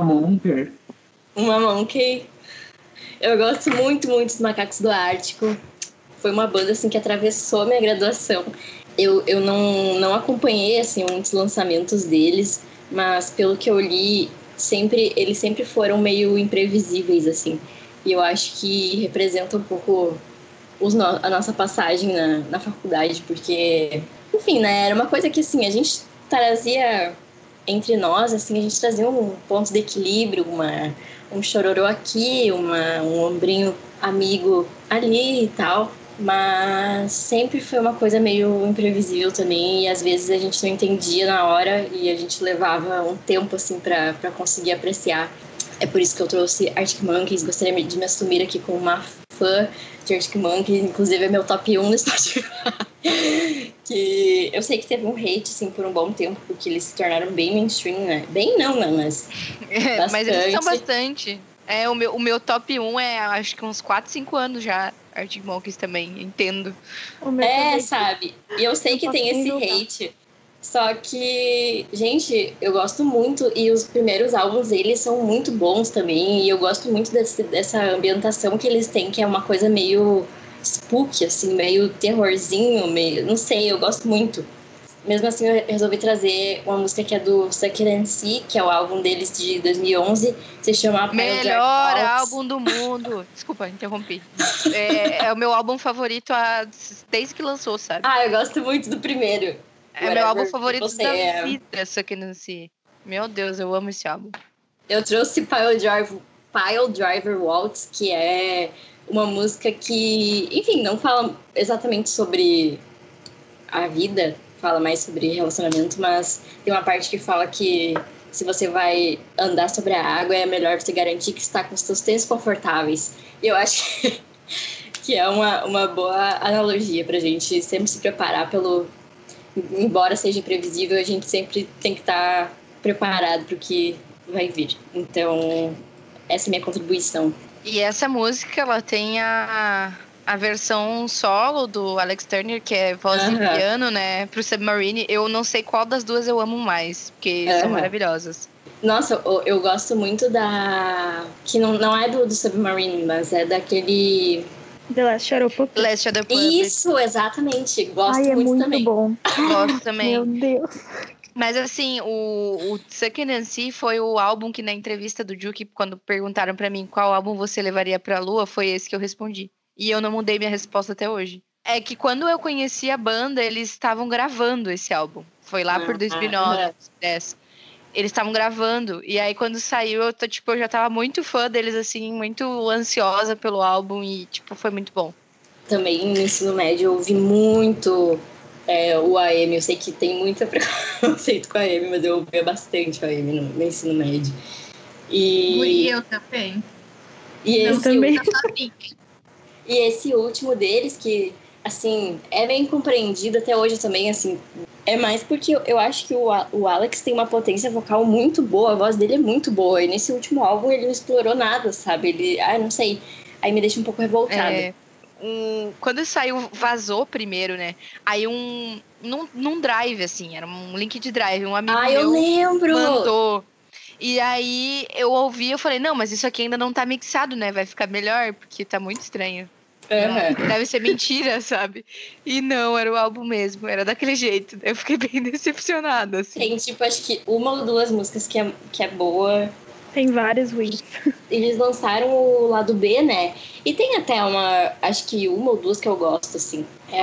monkey. Eu gosto muito dos Macacos do Ártico. Foi uma banda assim, que atravessou a minha graduação. Eu não acompanhei assim, muitos lançamentos deles, mas pelo que eu li, eles sempre foram meio imprevisíveis, assim. E eu acho que representa um pouco... a nossa passagem na faculdade, porque, enfim, né, era uma coisa que, assim, a gente trazia entre nós, assim, a gente trazia um ponto de equilíbrio, um chororô aqui, um ombrinho amigo ali e tal, mas sempre foi uma coisa meio imprevisível também, e às vezes a gente não entendia na hora e a gente levava um tempo, assim, pra conseguir apreciar. É por isso que eu trouxe Arctic Monkeys, gostaria de me assumir aqui como uma fã de Arctic Monkeys, inclusive é meu top 1 no Spotify. Que eu sei que teve um hate, assim, por um bom tempo, porque eles se tornaram bem mainstream, né? Bem não, mas mas eles são bastante. O meu top 1 acho que uns 4, 5 anos já, Arctic Monkeys também, entendo. Sabe? E eu sei que tem esse hate. Só que, gente, eu gosto muito e os primeiros álbuns deles são muito bons também. E eu gosto muito dessa ambientação que eles têm, que é uma coisa meio spooky, assim, meio terrorzinho, meio... Não sei, eu gosto muito. Mesmo assim, eu resolvi trazer uma música que é do Suck It and See, que é o álbum deles de 2011. Se chama Melhor álbum do mundo. Desculpa, interrompi. É o meu álbum favorito desde que lançou, sabe? Eu gosto muito do primeiro. É meu álbum favorito da vida, Suck It and See. Meu Deus, eu amo esse álbum. Eu trouxe Pile Driver Waltz, que é uma música que, enfim, não fala exatamente sobre a vida, fala mais sobre relacionamento, mas tem uma parte que fala que se você vai andar sobre a água, é melhor você garantir que está com os seus tênis confortáveis. E eu acho que é uma boa analogia pra gente sempre se preparar embora seja imprevisível, a gente sempre tem que estar preparado para o que vai vir. Então, essa é a minha contribuição. E essa música, ela tem a versão solo do Alex Turner, que é voz e piano, né? Pro Submarine. Eu não sei qual das duas eu amo mais, porque são maravilhosas. Nossa, eu gosto muito da... Que não é do Submarine, mas é daquele... The Last Shadow Puppet. Last Shadow Puppet. Isso, exatamente. Gosto muito também. Bom. Gosto também. Meu Deus. Mas assim, o Suck It and See foi o álbum que na entrevista do Juque, quando perguntaram pra mim qual álbum você levaria pra Lua, foi esse que eu respondi. E eu não mudei minha resposta até hoje. É que quando eu conheci a banda, eles estavam gravando esse álbum, Foi lá por 2009, 2010. Eles estavam gravando. E aí, quando saiu, eu já tava muito fã deles, assim, muito ansiosa pelo álbum. E, foi muito bom. Também no ensino médio eu ouvi muito o AM. Eu sei que tem muito preconceito com a AM, mas eu ouvia bastante o AM no ensino médio. E eu também. Eu também. E esse último deles, que, assim, é bem compreendido até hoje também, assim... É mais porque eu acho que o Alex tem uma potência vocal muito boa, a voz dele é muito boa. E nesse último álbum ele não explorou nada, sabe? Ele, não sei, aí me deixa um pouco revoltada. Quando saiu, vazou primeiro, né? Aí num drive, assim, era um link de drive, um amigo meu eu lembro! Mandou. E aí eu ouvi, eu falei, não, mas isso aqui ainda não tá mixado, né? Vai ficar melhor, porque tá muito estranho. Deve ser mentira, sabe? E não, era o álbum mesmo, era daquele jeito. Eu fiquei bem decepcionada, assim. Tem, acho que uma ou duas músicas que é boa. Tem várias ruins. Eles lançaram o lado B, né? E tem até acho que uma ou duas que eu gosto, assim.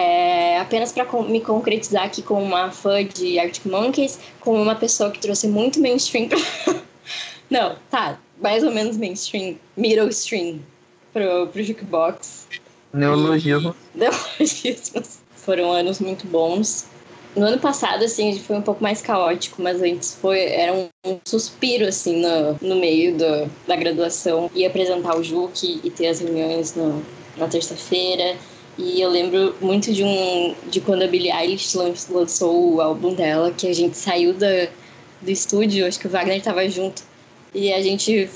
Apenas pra me concretizar aqui como uma fã de Arctic Monkeys, como uma pessoa que trouxe muito mainstream pra... Não, tá, mais ou menos mainstream, middle stream pro Jukebox. Neologismos. Neologismos. Foram anos muito bons. No ano passado, assim, foi um pouco mais caótico, mas antes era um suspiro, assim, no meio da graduação. Ir apresentar o Juque e ter as reuniões na terça-feira. E eu lembro muito de quando a Billie Eilish lançou o álbum dela, que a gente saiu do estúdio, acho que o Wagner tava junto. E a gente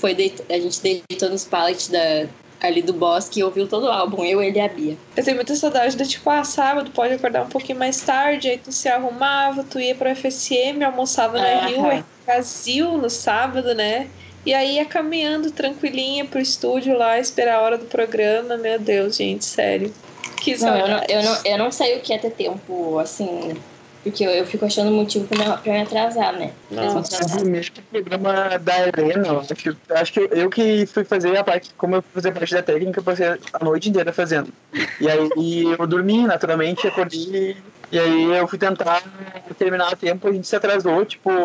deitou nos pallets ali do Bosque e ouviu todo o álbum, eu, ele e a Bia. Eu tenho muita saudade de, sábado, pode acordar um pouquinho mais tarde, aí tu se arrumava, tu ia pro FSM, almoçava na Rio, Brasil no sábado, né? E aí ia caminhando tranquilinha pro estúdio lá, esperar a hora do programa. Meu Deus, gente, sério. Que saudade. Eu não sei o que é ter tempo, assim... Porque eu fico achando motivo pra me atrasar, né? Nossa, mesmo o programa da Helena, acho que eu que fui fazer a parte, como eu fui fazer parte da técnica, eu passei a noite inteira fazendo. E aí eu dormi, naturalmente, acordei, e aí eu fui tentar terminar a tempo, a gente se atrasou,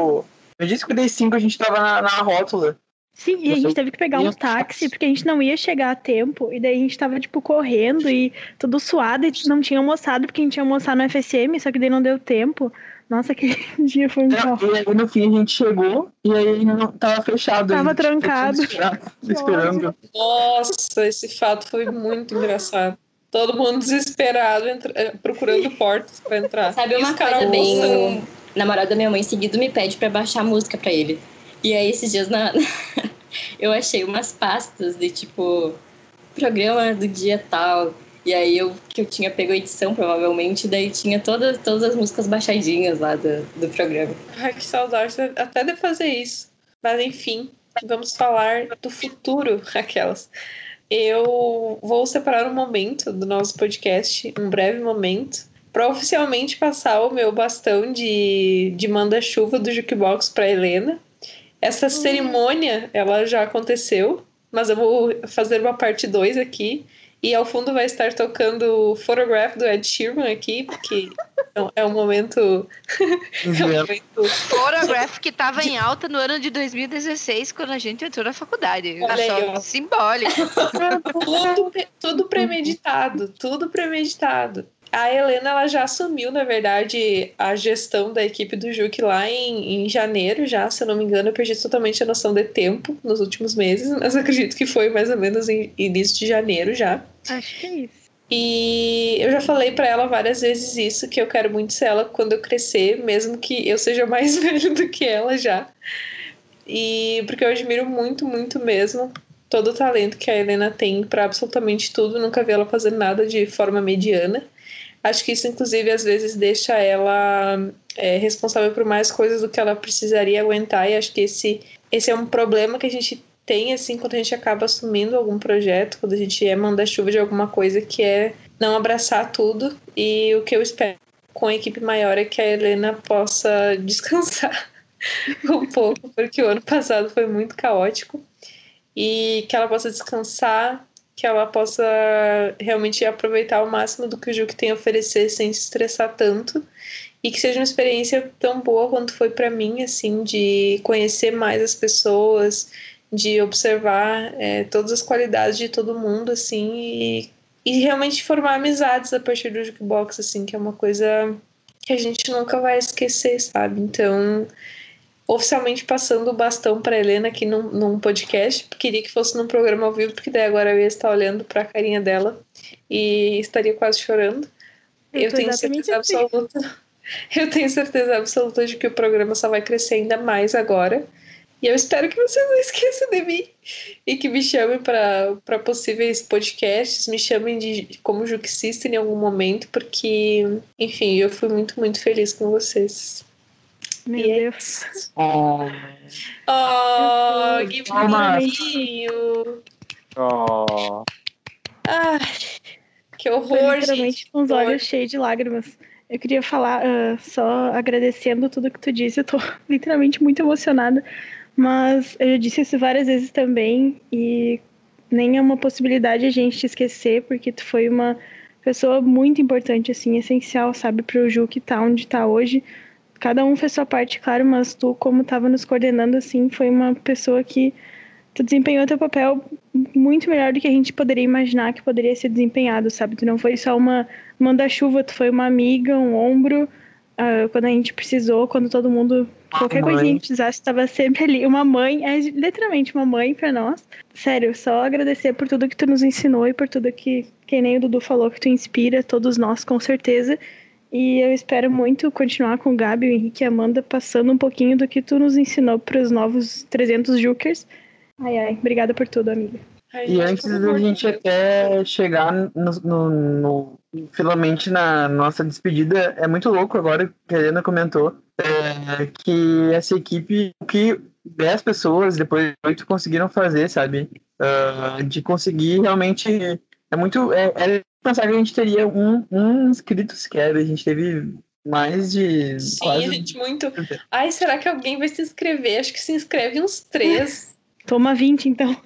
no dia 55 a gente tava na rótula. Sim, e a gente teve que pegar um táxi, porque a gente não ia chegar a tempo, e daí a gente tava, correndo e tudo suado, e não tinha almoçado, porque a gente ia almoçar no FSM, só que daí não deu tempo. Nossa, aquele dia foi um caos. E aí no fim a gente chegou, e aí não tava fechado. Tava trancado. Esperando. Nossa, esse fato foi muito engraçado. Todo mundo desesperado, procurando portas pra entrar. Sabe uma coisa bem... O namorado da minha mãe seguido me pede pra baixar a música pra ele. E aí, esses dias, eu achei umas pastas de, programa do dia tal. E aí, que eu tinha pego a edição, provavelmente, daí tinha todas as músicas baixadinhas lá do programa. Ai, que saudade, até de fazer isso. Mas, enfim, vamos falar do futuro, aquelas. Eu vou separar um momento do nosso podcast, um breve momento, para oficialmente passar o meu bastão de manda-chuva do Jukebox para Helena. Essa cerimônia, ela já aconteceu, mas eu vou fazer uma parte 2 aqui. E ao fundo vai estar tocando Photograph do Ed Sheeran aqui, porque é um momento... Photograph que estava em alta no ano de 2016, quando a gente entrou na faculdade. Olha só simbólico. Tudo premeditado, tudo premeditado. A Helena, ela já assumiu, na verdade, a gestão da equipe do Juque lá em janeiro já, se eu não me engano. Eu perdi totalmente a noção de tempo nos últimos meses, mas acredito que foi mais ou menos em início de janeiro já. Acho que é isso. E eu já falei pra ela várias vezes isso, que eu quero muito ser ela quando eu crescer, mesmo que eu seja mais velho do que ela já. E porque eu admiro muito, muito mesmo todo o talento que a Helena tem pra absolutamente tudo. Nunca vi ela fazer nada de forma mediana. Acho que isso, inclusive, às vezes deixa ela responsável por mais coisas do que ela precisaria aguentar. E acho que esse é um problema que a gente tem, assim, quando a gente acaba assumindo algum projeto, quando a gente manda-chuva de alguma coisa, que é não abraçar tudo. E o que eu espero com a equipe maior é que a Helena possa descansar um pouco, porque o ano passado foi muito caótico. E que ela possa descansar, que ela possa realmente aproveitar ao máximo do que o Juque tem a oferecer sem se estressar tanto, e que seja uma experiência tão boa quanto foi para mim, assim, de conhecer mais as pessoas, de observar todas as qualidades de todo mundo, assim, e realmente formar amizades a partir do Jukebox, assim, que é uma coisa que a gente nunca vai esquecer, sabe? Então, oficialmente passando o bastão para Helena aqui num podcast, queria que fosse num programa ao vivo, porque daí agora eu ia estar olhando para a carinha dela e estaria quase chorando. Eu tenho certeza absoluta. Eu tenho certeza absoluta de que o programa só vai crescer ainda mais agora. E eu espero que vocês não esqueçam de mim e que me chamem para possíveis podcasts, me chamem como Juxista em algum momento, porque, enfim, eu fui muito, muito feliz com vocês. Meu Deus. Oh, que bonitinho. Ai, que horror, literalmente gente. Com os olhos cheios de lágrimas. Eu queria falar, só agradecendo tudo que tu disse. Eu tô literalmente muito emocionada. Mas eu já disse isso várias vezes também. E nem é uma possibilidade a gente te esquecer, porque tu foi uma pessoa muito importante, assim, essencial, sabe, pro Ju que tá onde tá hoje. Cada um fez sua parte, claro, mas tu, como tava nos coordenando, assim, foi uma pessoa que tu desempenhou teu papel muito melhor do que a gente poderia imaginar que poderia ser desempenhado, sabe? Tu não foi só uma manda-chuva, tu foi uma amiga, um ombro, quando a gente precisou, quando todo mundo, qualquer coisinha que precisasse, estava sempre ali. Uma mãe, literalmente uma mãe pra nós. Sério, só agradecer por tudo que tu nos ensinou e por tudo que nem o Dudu falou, que tu inspira todos nós, com certeza. E eu espero muito continuar com o Gabi, o Henrique e a Amanda, passando um pouquinho do que tu nos ensinou para os novos 300 Jukers. Ai, obrigada por tudo, amiga. E antes da gente até chegar finalmente na nossa despedida, é muito louco agora que a Helena comentou que essa equipe, que 10 pessoas, depois 8 conseguiram fazer, sabe? De conseguir realmente... É pensar que a gente teria um inscrito sequer, a gente teve mais de... Sim, quase... a gente muito... Ai, será que alguém vai se inscrever? Acho que se inscreve uns 3. Toma 20, então.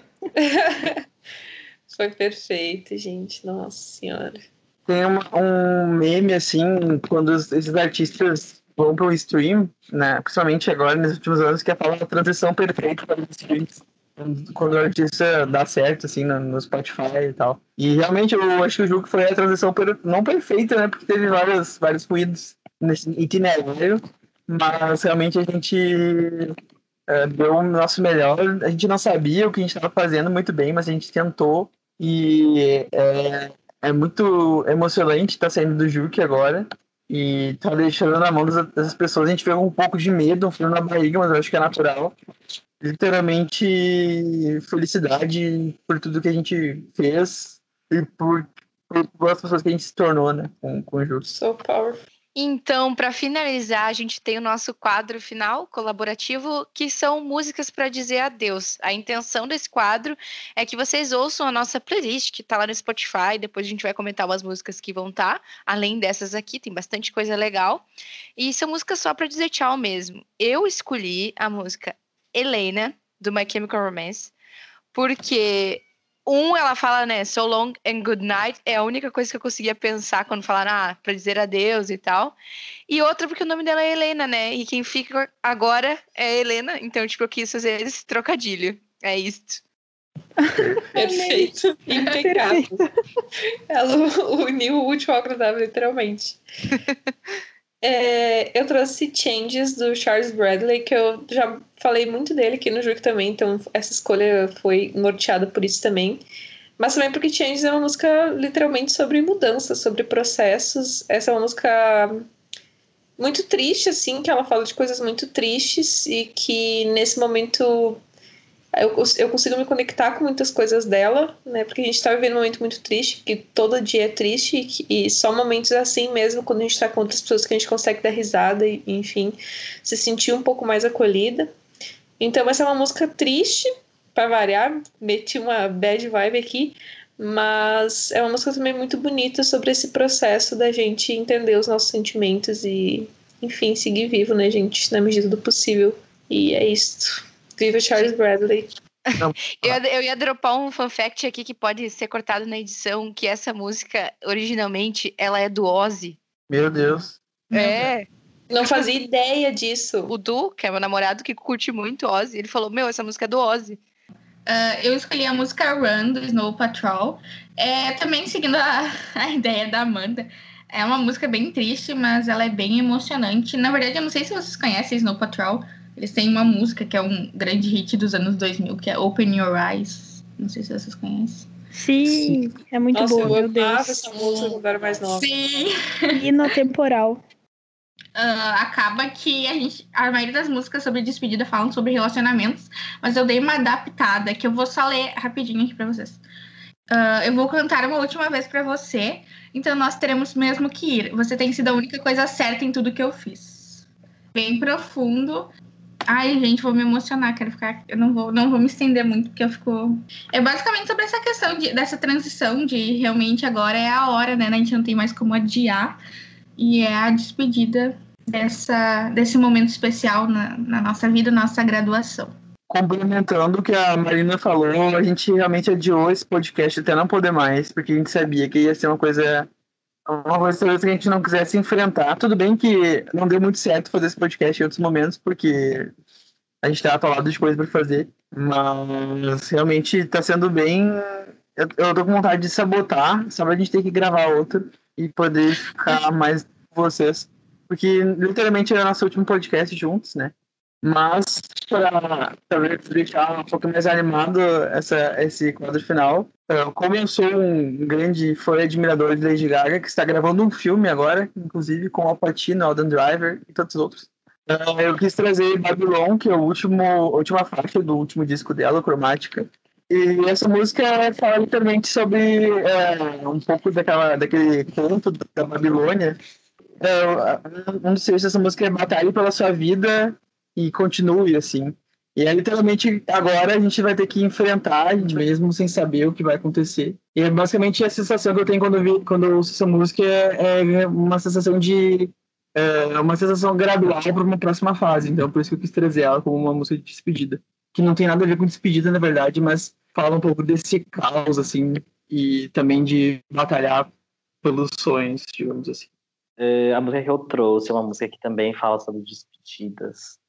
Foi perfeito, gente. Nossa Senhora. Tem um meme, assim, quando esses artistas vão para o stream, né? Principalmente agora, nos últimos anos, que é a transição perfeita para os streams. Quando o artista dá certo, assim, no Spotify e tal. E realmente eu acho que o jogo foi a transição não perfeita, né? Porque teve vários ruídos nesse itinerário. Mas realmente a gente deu o nosso melhor. A gente não sabia o que a gente estava fazendo muito bem, mas a gente tentou. E é muito emocionante estar saindo do Juque agora. E tá deixando na mão das pessoas. A gente pegou um pouco de medo, um frio na barriga, mas eu acho que é natural. Literalmente felicidade por tudo que a gente fez e por as pessoas que a gente se tornou, né, com o jogo. So powerful. Então, para finalizar, a gente tem o nosso quadro final colaborativo, que são músicas para dizer adeus. A intenção desse quadro é que vocês ouçam a nossa playlist, que está lá no Spotify. Depois a gente vai comentar umas músicas que vão estar. Além dessas aqui, tem bastante coisa legal. E são músicas só para dizer tchau mesmo. Eu escolhi a música Elena, do My Chemical Romance, porque... ela fala, né, so long and good night, é a única coisa que eu conseguia pensar quando falaram, pra dizer adeus e tal. E outra, porque o nome dela é Helena, né, e quem fica agora é Helena, então, tipo, eu quis fazer esse trocadilho. É isso. Perfeito. Impecável. Ela uniu o útil ao agradável, literalmente. Eu trouxe Changes, do Charles Bradley, que eu já falei muito dele aqui no jogo também, então essa escolha foi norteada por isso também. Mas também porque Changes é uma música literalmente sobre mudança, sobre processos. Essa é uma música muito triste, assim, que ela fala de coisas muito tristes e que nesse momento eu consigo me conectar com muitas coisas dela, né? Porque a gente tá vivendo um momento muito triste, que todo dia é triste e só momentos assim mesmo, quando a gente tá com outras pessoas, que a gente consegue dar risada e, enfim, se sentir um pouco mais acolhida. Então essa é uma música triste, para variar, meti uma bad vibe aqui, mas é uma música também muito bonita sobre esse processo da gente entender os nossos sentimentos e, enfim, seguir vivo, né, gente, na medida do possível. E é isso. Viva Charles Bradley. Não. Eu ia dropar um fun fact aqui que pode ser cortado na edição, que essa música, originalmente, ela é do Ozzy. Meu Deus. Não fazia ideia disso. O Du, que é meu namorado, que curte muito Ozzy, ele falou, essa música é do Ozzy. Eu escolhi a música Run, do Snow Patrol. Também seguindo a ideia da Amanda. É uma música bem triste, mas ela é bem emocionante. Na verdade, eu não sei se vocês conhecem Snow Patrol. Eles têm uma música que é um grande hit dos anos 2000, que é Open Your Eyes. Não sei se vocês conhecem. Sim, é muito boa, meu Deus. Nossa, eu essa música quando era mais nova. Sim. Hino temporal. Acaba que a maioria das músicas sobre despedida falam sobre relacionamentos, mas eu dei uma adaptada que eu vou só ler rapidinho aqui pra vocês. Eu vou cantar uma última vez pra você, então nós teremos mesmo que ir. Você tem sido a única coisa certa em tudo que eu fiz. Bem profundo. Ai, gente, vou me emocionar, quero ficar... Eu não vou me estender muito, porque eu fico... É basicamente sobre essa questão dessa transição de realmente agora é a hora, né? A gente não tem mais como adiar. E é a despedida desse momento especial na nossa vida, nossa graduação. Complementando o que a Marina falou, a gente realmente adiou esse podcast até não poder mais, porque a gente sabia que ia ser uma coisa que a gente não quisesse enfrentar. Tudo bem que não deu muito certo fazer esse podcast em outros momentos, porque a gente estava atolado de coisa para fazer, mas realmente está sendo bem... Eu tô com vontade de sabotar, só pra gente ter que gravar outro e poder ficar mais com vocês. Porque literalmente é o nosso último podcast juntos, né? Mas para talvez deixar um pouco mais animado esse quadro final, como eu sou um grande fã e admirador de Lady Gaga, que está gravando um filme agora, inclusive com Al Pacino, Adam Driver e tantos outros, eu quis trazer Babylon, que é a última faixa do último disco dela, Cromática. E essa música fala literalmente sobre um pouco daquele conto da Babilônia. Um dos trechos dessa música é batalhe pela sua vida e continue, assim. E é literalmente agora a gente vai ter que enfrentar, mesmo sem saber o que vai acontecer. E é basicamente a sensação que eu tenho quando eu ouço essa música é uma sensação de... uma sensação gradual para uma próxima fase. Então por isso que eu quis trazer ela como uma música de despedida. Que não tem nada a ver com despedida, na verdade, mas fala um pouco desse caos, assim, e também de batalhar pelos sonhos, digamos assim. A música que eu trouxe é uma música que também fala sobre despedidas.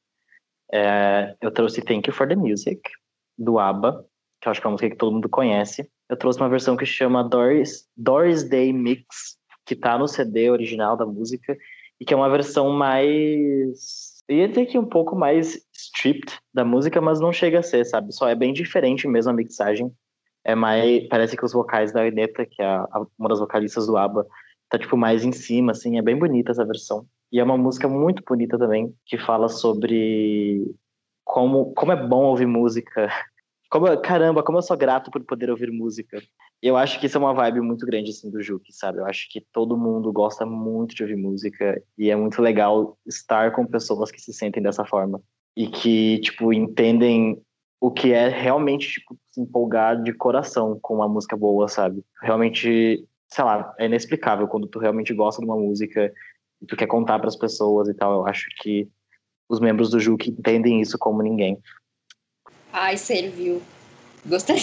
Eu trouxe Thank You for the Music, do ABBA, que eu acho que é uma música que todo mundo conhece. Eu trouxe uma versão que chama Doris Day Mix, que tá no CD original da música, e que é uma versão mais... Eu ia dizer que um pouco mais stripped da música, mas não chega a ser, sabe? Só é bem diferente mesmo a mixagem. Parece que os vocais da Aneta, que é uma das vocalistas do ABBA, tá tipo mais em cima, assim. É bem bonita essa versão. E é uma música muito bonita também, que fala sobre como é bom ouvir música. Caramba, como eu sou grato por poder ouvir música. E eu acho que isso é uma vibe muito grande, assim, do Juki, sabe? Eu acho que todo mundo gosta muito de ouvir música e é muito legal estar com pessoas que se sentem dessa forma e que, tipo, entendem o que é realmente, tipo, se empolgar de coração com uma música boa, sabe? Realmente, sei lá, é inexplicável quando tu realmente gosta de uma música e tu quer contar pras pessoas e tal. Eu acho que os membros do Juki entendem isso como ninguém. Ai, serviu. Gostaria.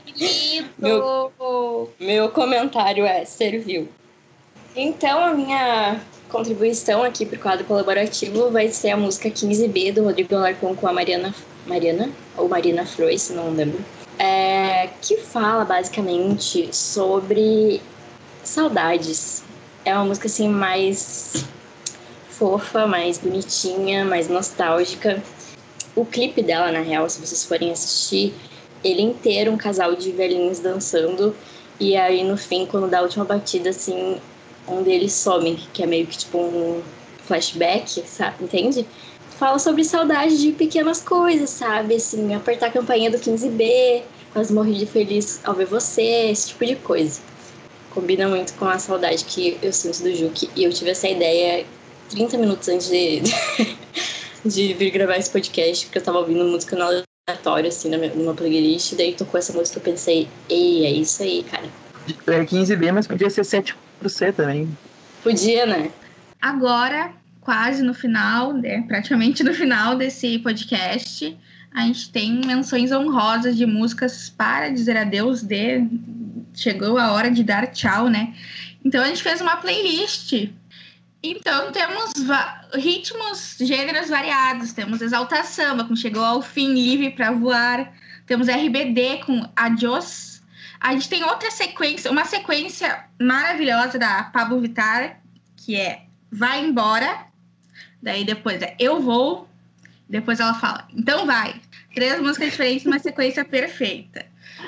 Meu comentário serviu. Então, a minha contribuição aqui para o quadro colaborativo vai ser a música 15B do Rodrigo Alarcón com a Marina Frois, se não lembro. Que fala basicamente sobre saudades. É uma música assim mais fofa, mais bonitinha, mais nostálgica. O clipe dela, na real, se vocês forem assistir, ele inteiro, um casal de velhinhos dançando, e aí no fim, quando dá a última batida, assim, um deles some, que é meio que tipo um flashback, sabe? Entende? Fala sobre saudade de pequenas coisas, sabe? Assim, apertar a campainha do 15B, quase morrer de feliz ao ver você, esse tipo de coisa. Combina muito com a saudade que eu sinto do Juki, e eu tive essa ideia 30 minutos antes de vir gravar esse podcast, porque eu tava ouvindo música no aleatório, assim, numa playlist, daí tocou essa música e eu pensei, ei, é isso aí, cara. 15B, mas podia ser 7% também. Podia, né? Agora, quase no final, praticamente no final desse podcast, a gente tem menções honrosas de músicas para dizer adeus chegou a hora de dar tchau, né? Então a gente fez uma playlist. Então temos ritmos, gêneros variados. Temos Exalta Samba com Chegou ao Fim, Livre para Voar. Temos RBD com Adiós. A gente tem outra sequência, uma sequência maravilhosa da Pablo Vittar, que é Vai Embora. Daí depois é Eu Vou. Depois ela fala, então vai. 3 músicas diferentes numa sequência perfeita.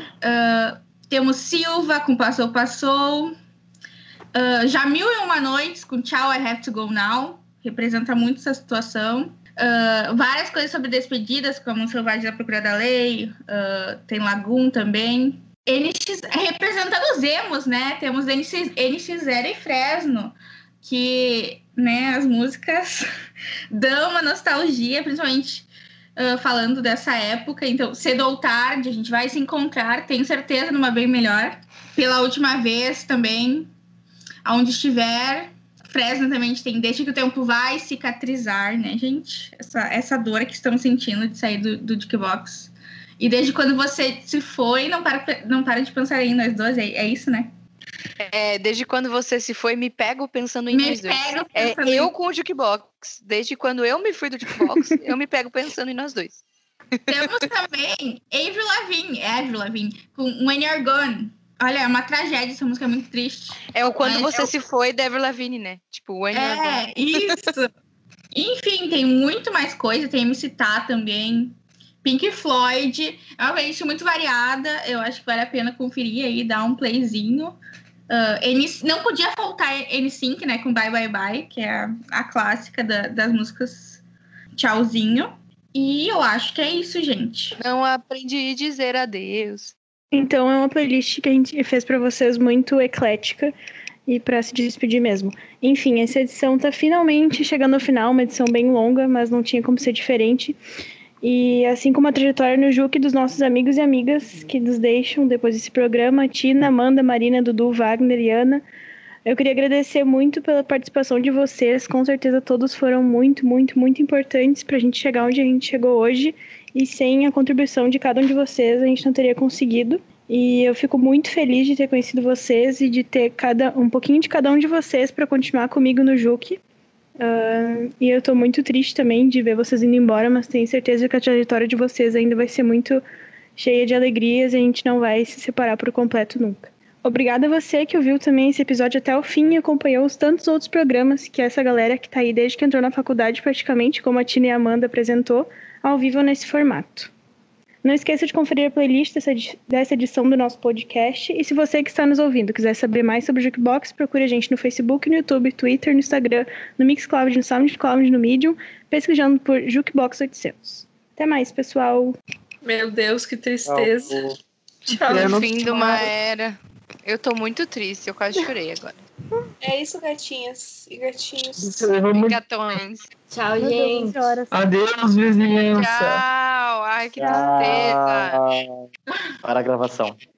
Temos Silva com Passou, Passou. Já 1001 Noites com Tchau, I Have to Go Now. Representa muito essa situação. Várias coisas sobre despedidas, como Selvagem da Procura da Lei. Tem Lagoon também. Representando os emos, né? Temos NX0 e Fresno, que, né, as músicas dão uma nostalgia, principalmente falando dessa época. Então, cedo ou tarde, a gente vai se encontrar, tenho certeza, numa bem melhor. Pela última vez também, aonde estiver. Fresno também a gente tem Deixa que o Tempo Vai Cicatrizar, né, gente? Essa dor que estamos sentindo de sair do Jukebox. E desde quando você se foi, não para de pensar em nós dois, é isso, né? Desde quando você se foi, me pego pensando em nós dois. Eu com o Jukebox. Desde quando eu me fui do Jukebox, eu me pego pensando em nós dois. Temos também Avril Lavigne, com When You're Gone. Olha, é uma tragédia, essa música é muito triste. É o Quando Você Se Foi, da Avril Lavigne, né? Tipo, When You're Gone. Isso. Enfim, tem muito mais coisa. Tem MC Tá também. Pink Floyd. É uma playlist muito variada. Eu acho que vale a pena conferir aí, dar um playzinho. Não podia faltar NSYNC, né? Com Bye Bye Bye, que é a clássica das músicas Tchauzinho. E eu acho que é isso, gente. Não aprendi a dizer adeus. Então é uma playlist que a gente fez pra vocês muito eclética e pra se despedir mesmo. Enfim, essa edição tá finalmente chegando ao final, uma edição bem longa, mas não tinha como ser diferente. E assim como a trajetória no Juque dos nossos amigos e amigas que nos deixam depois desse programa, Tina, Amanda, Marina, Dudu, Wagner e Ana, eu queria agradecer muito pela participação de vocês. Com certeza todos foram muito, muito, muito importantes pra gente chegar onde a gente chegou hoje. E sem a contribuição de cada um de vocês, a gente não teria conseguido. E eu fico muito feliz de ter conhecido vocês e de ter um pouquinho de cada um de vocês para continuar comigo no Juque. E eu tô muito triste também de ver vocês indo embora, mas tenho certeza que a trajetória de vocês ainda vai ser muito cheia de alegrias e a gente não vai se separar por completo nunca. Obrigada a você que ouviu também esse episódio até o fim e acompanhou os tantos outros programas que essa galera que tá aí desde que entrou na faculdade praticamente, como a Tina e a Amanda apresentou, ao vivo nesse formato. Não esqueça de conferir a playlist dessa edição do nosso podcast. E se você que está nos ouvindo quiser saber mais sobre o Jukebox, procure a gente no Facebook, no YouTube, Twitter, no Instagram, no Mixcloud, no SoundCloud, no Medium, pesquisando por Jukebox 800. Até mais, pessoal! Meu Deus, que tristeza. Tchau. No fim de uma era. Eu tô muito triste, eu quase chorei agora. É isso, gatinhas e gatinhos. E gatões. Tchau, gente. Adeus, vizinhança. Tchau. Ai, que tristeza. Para a gravação.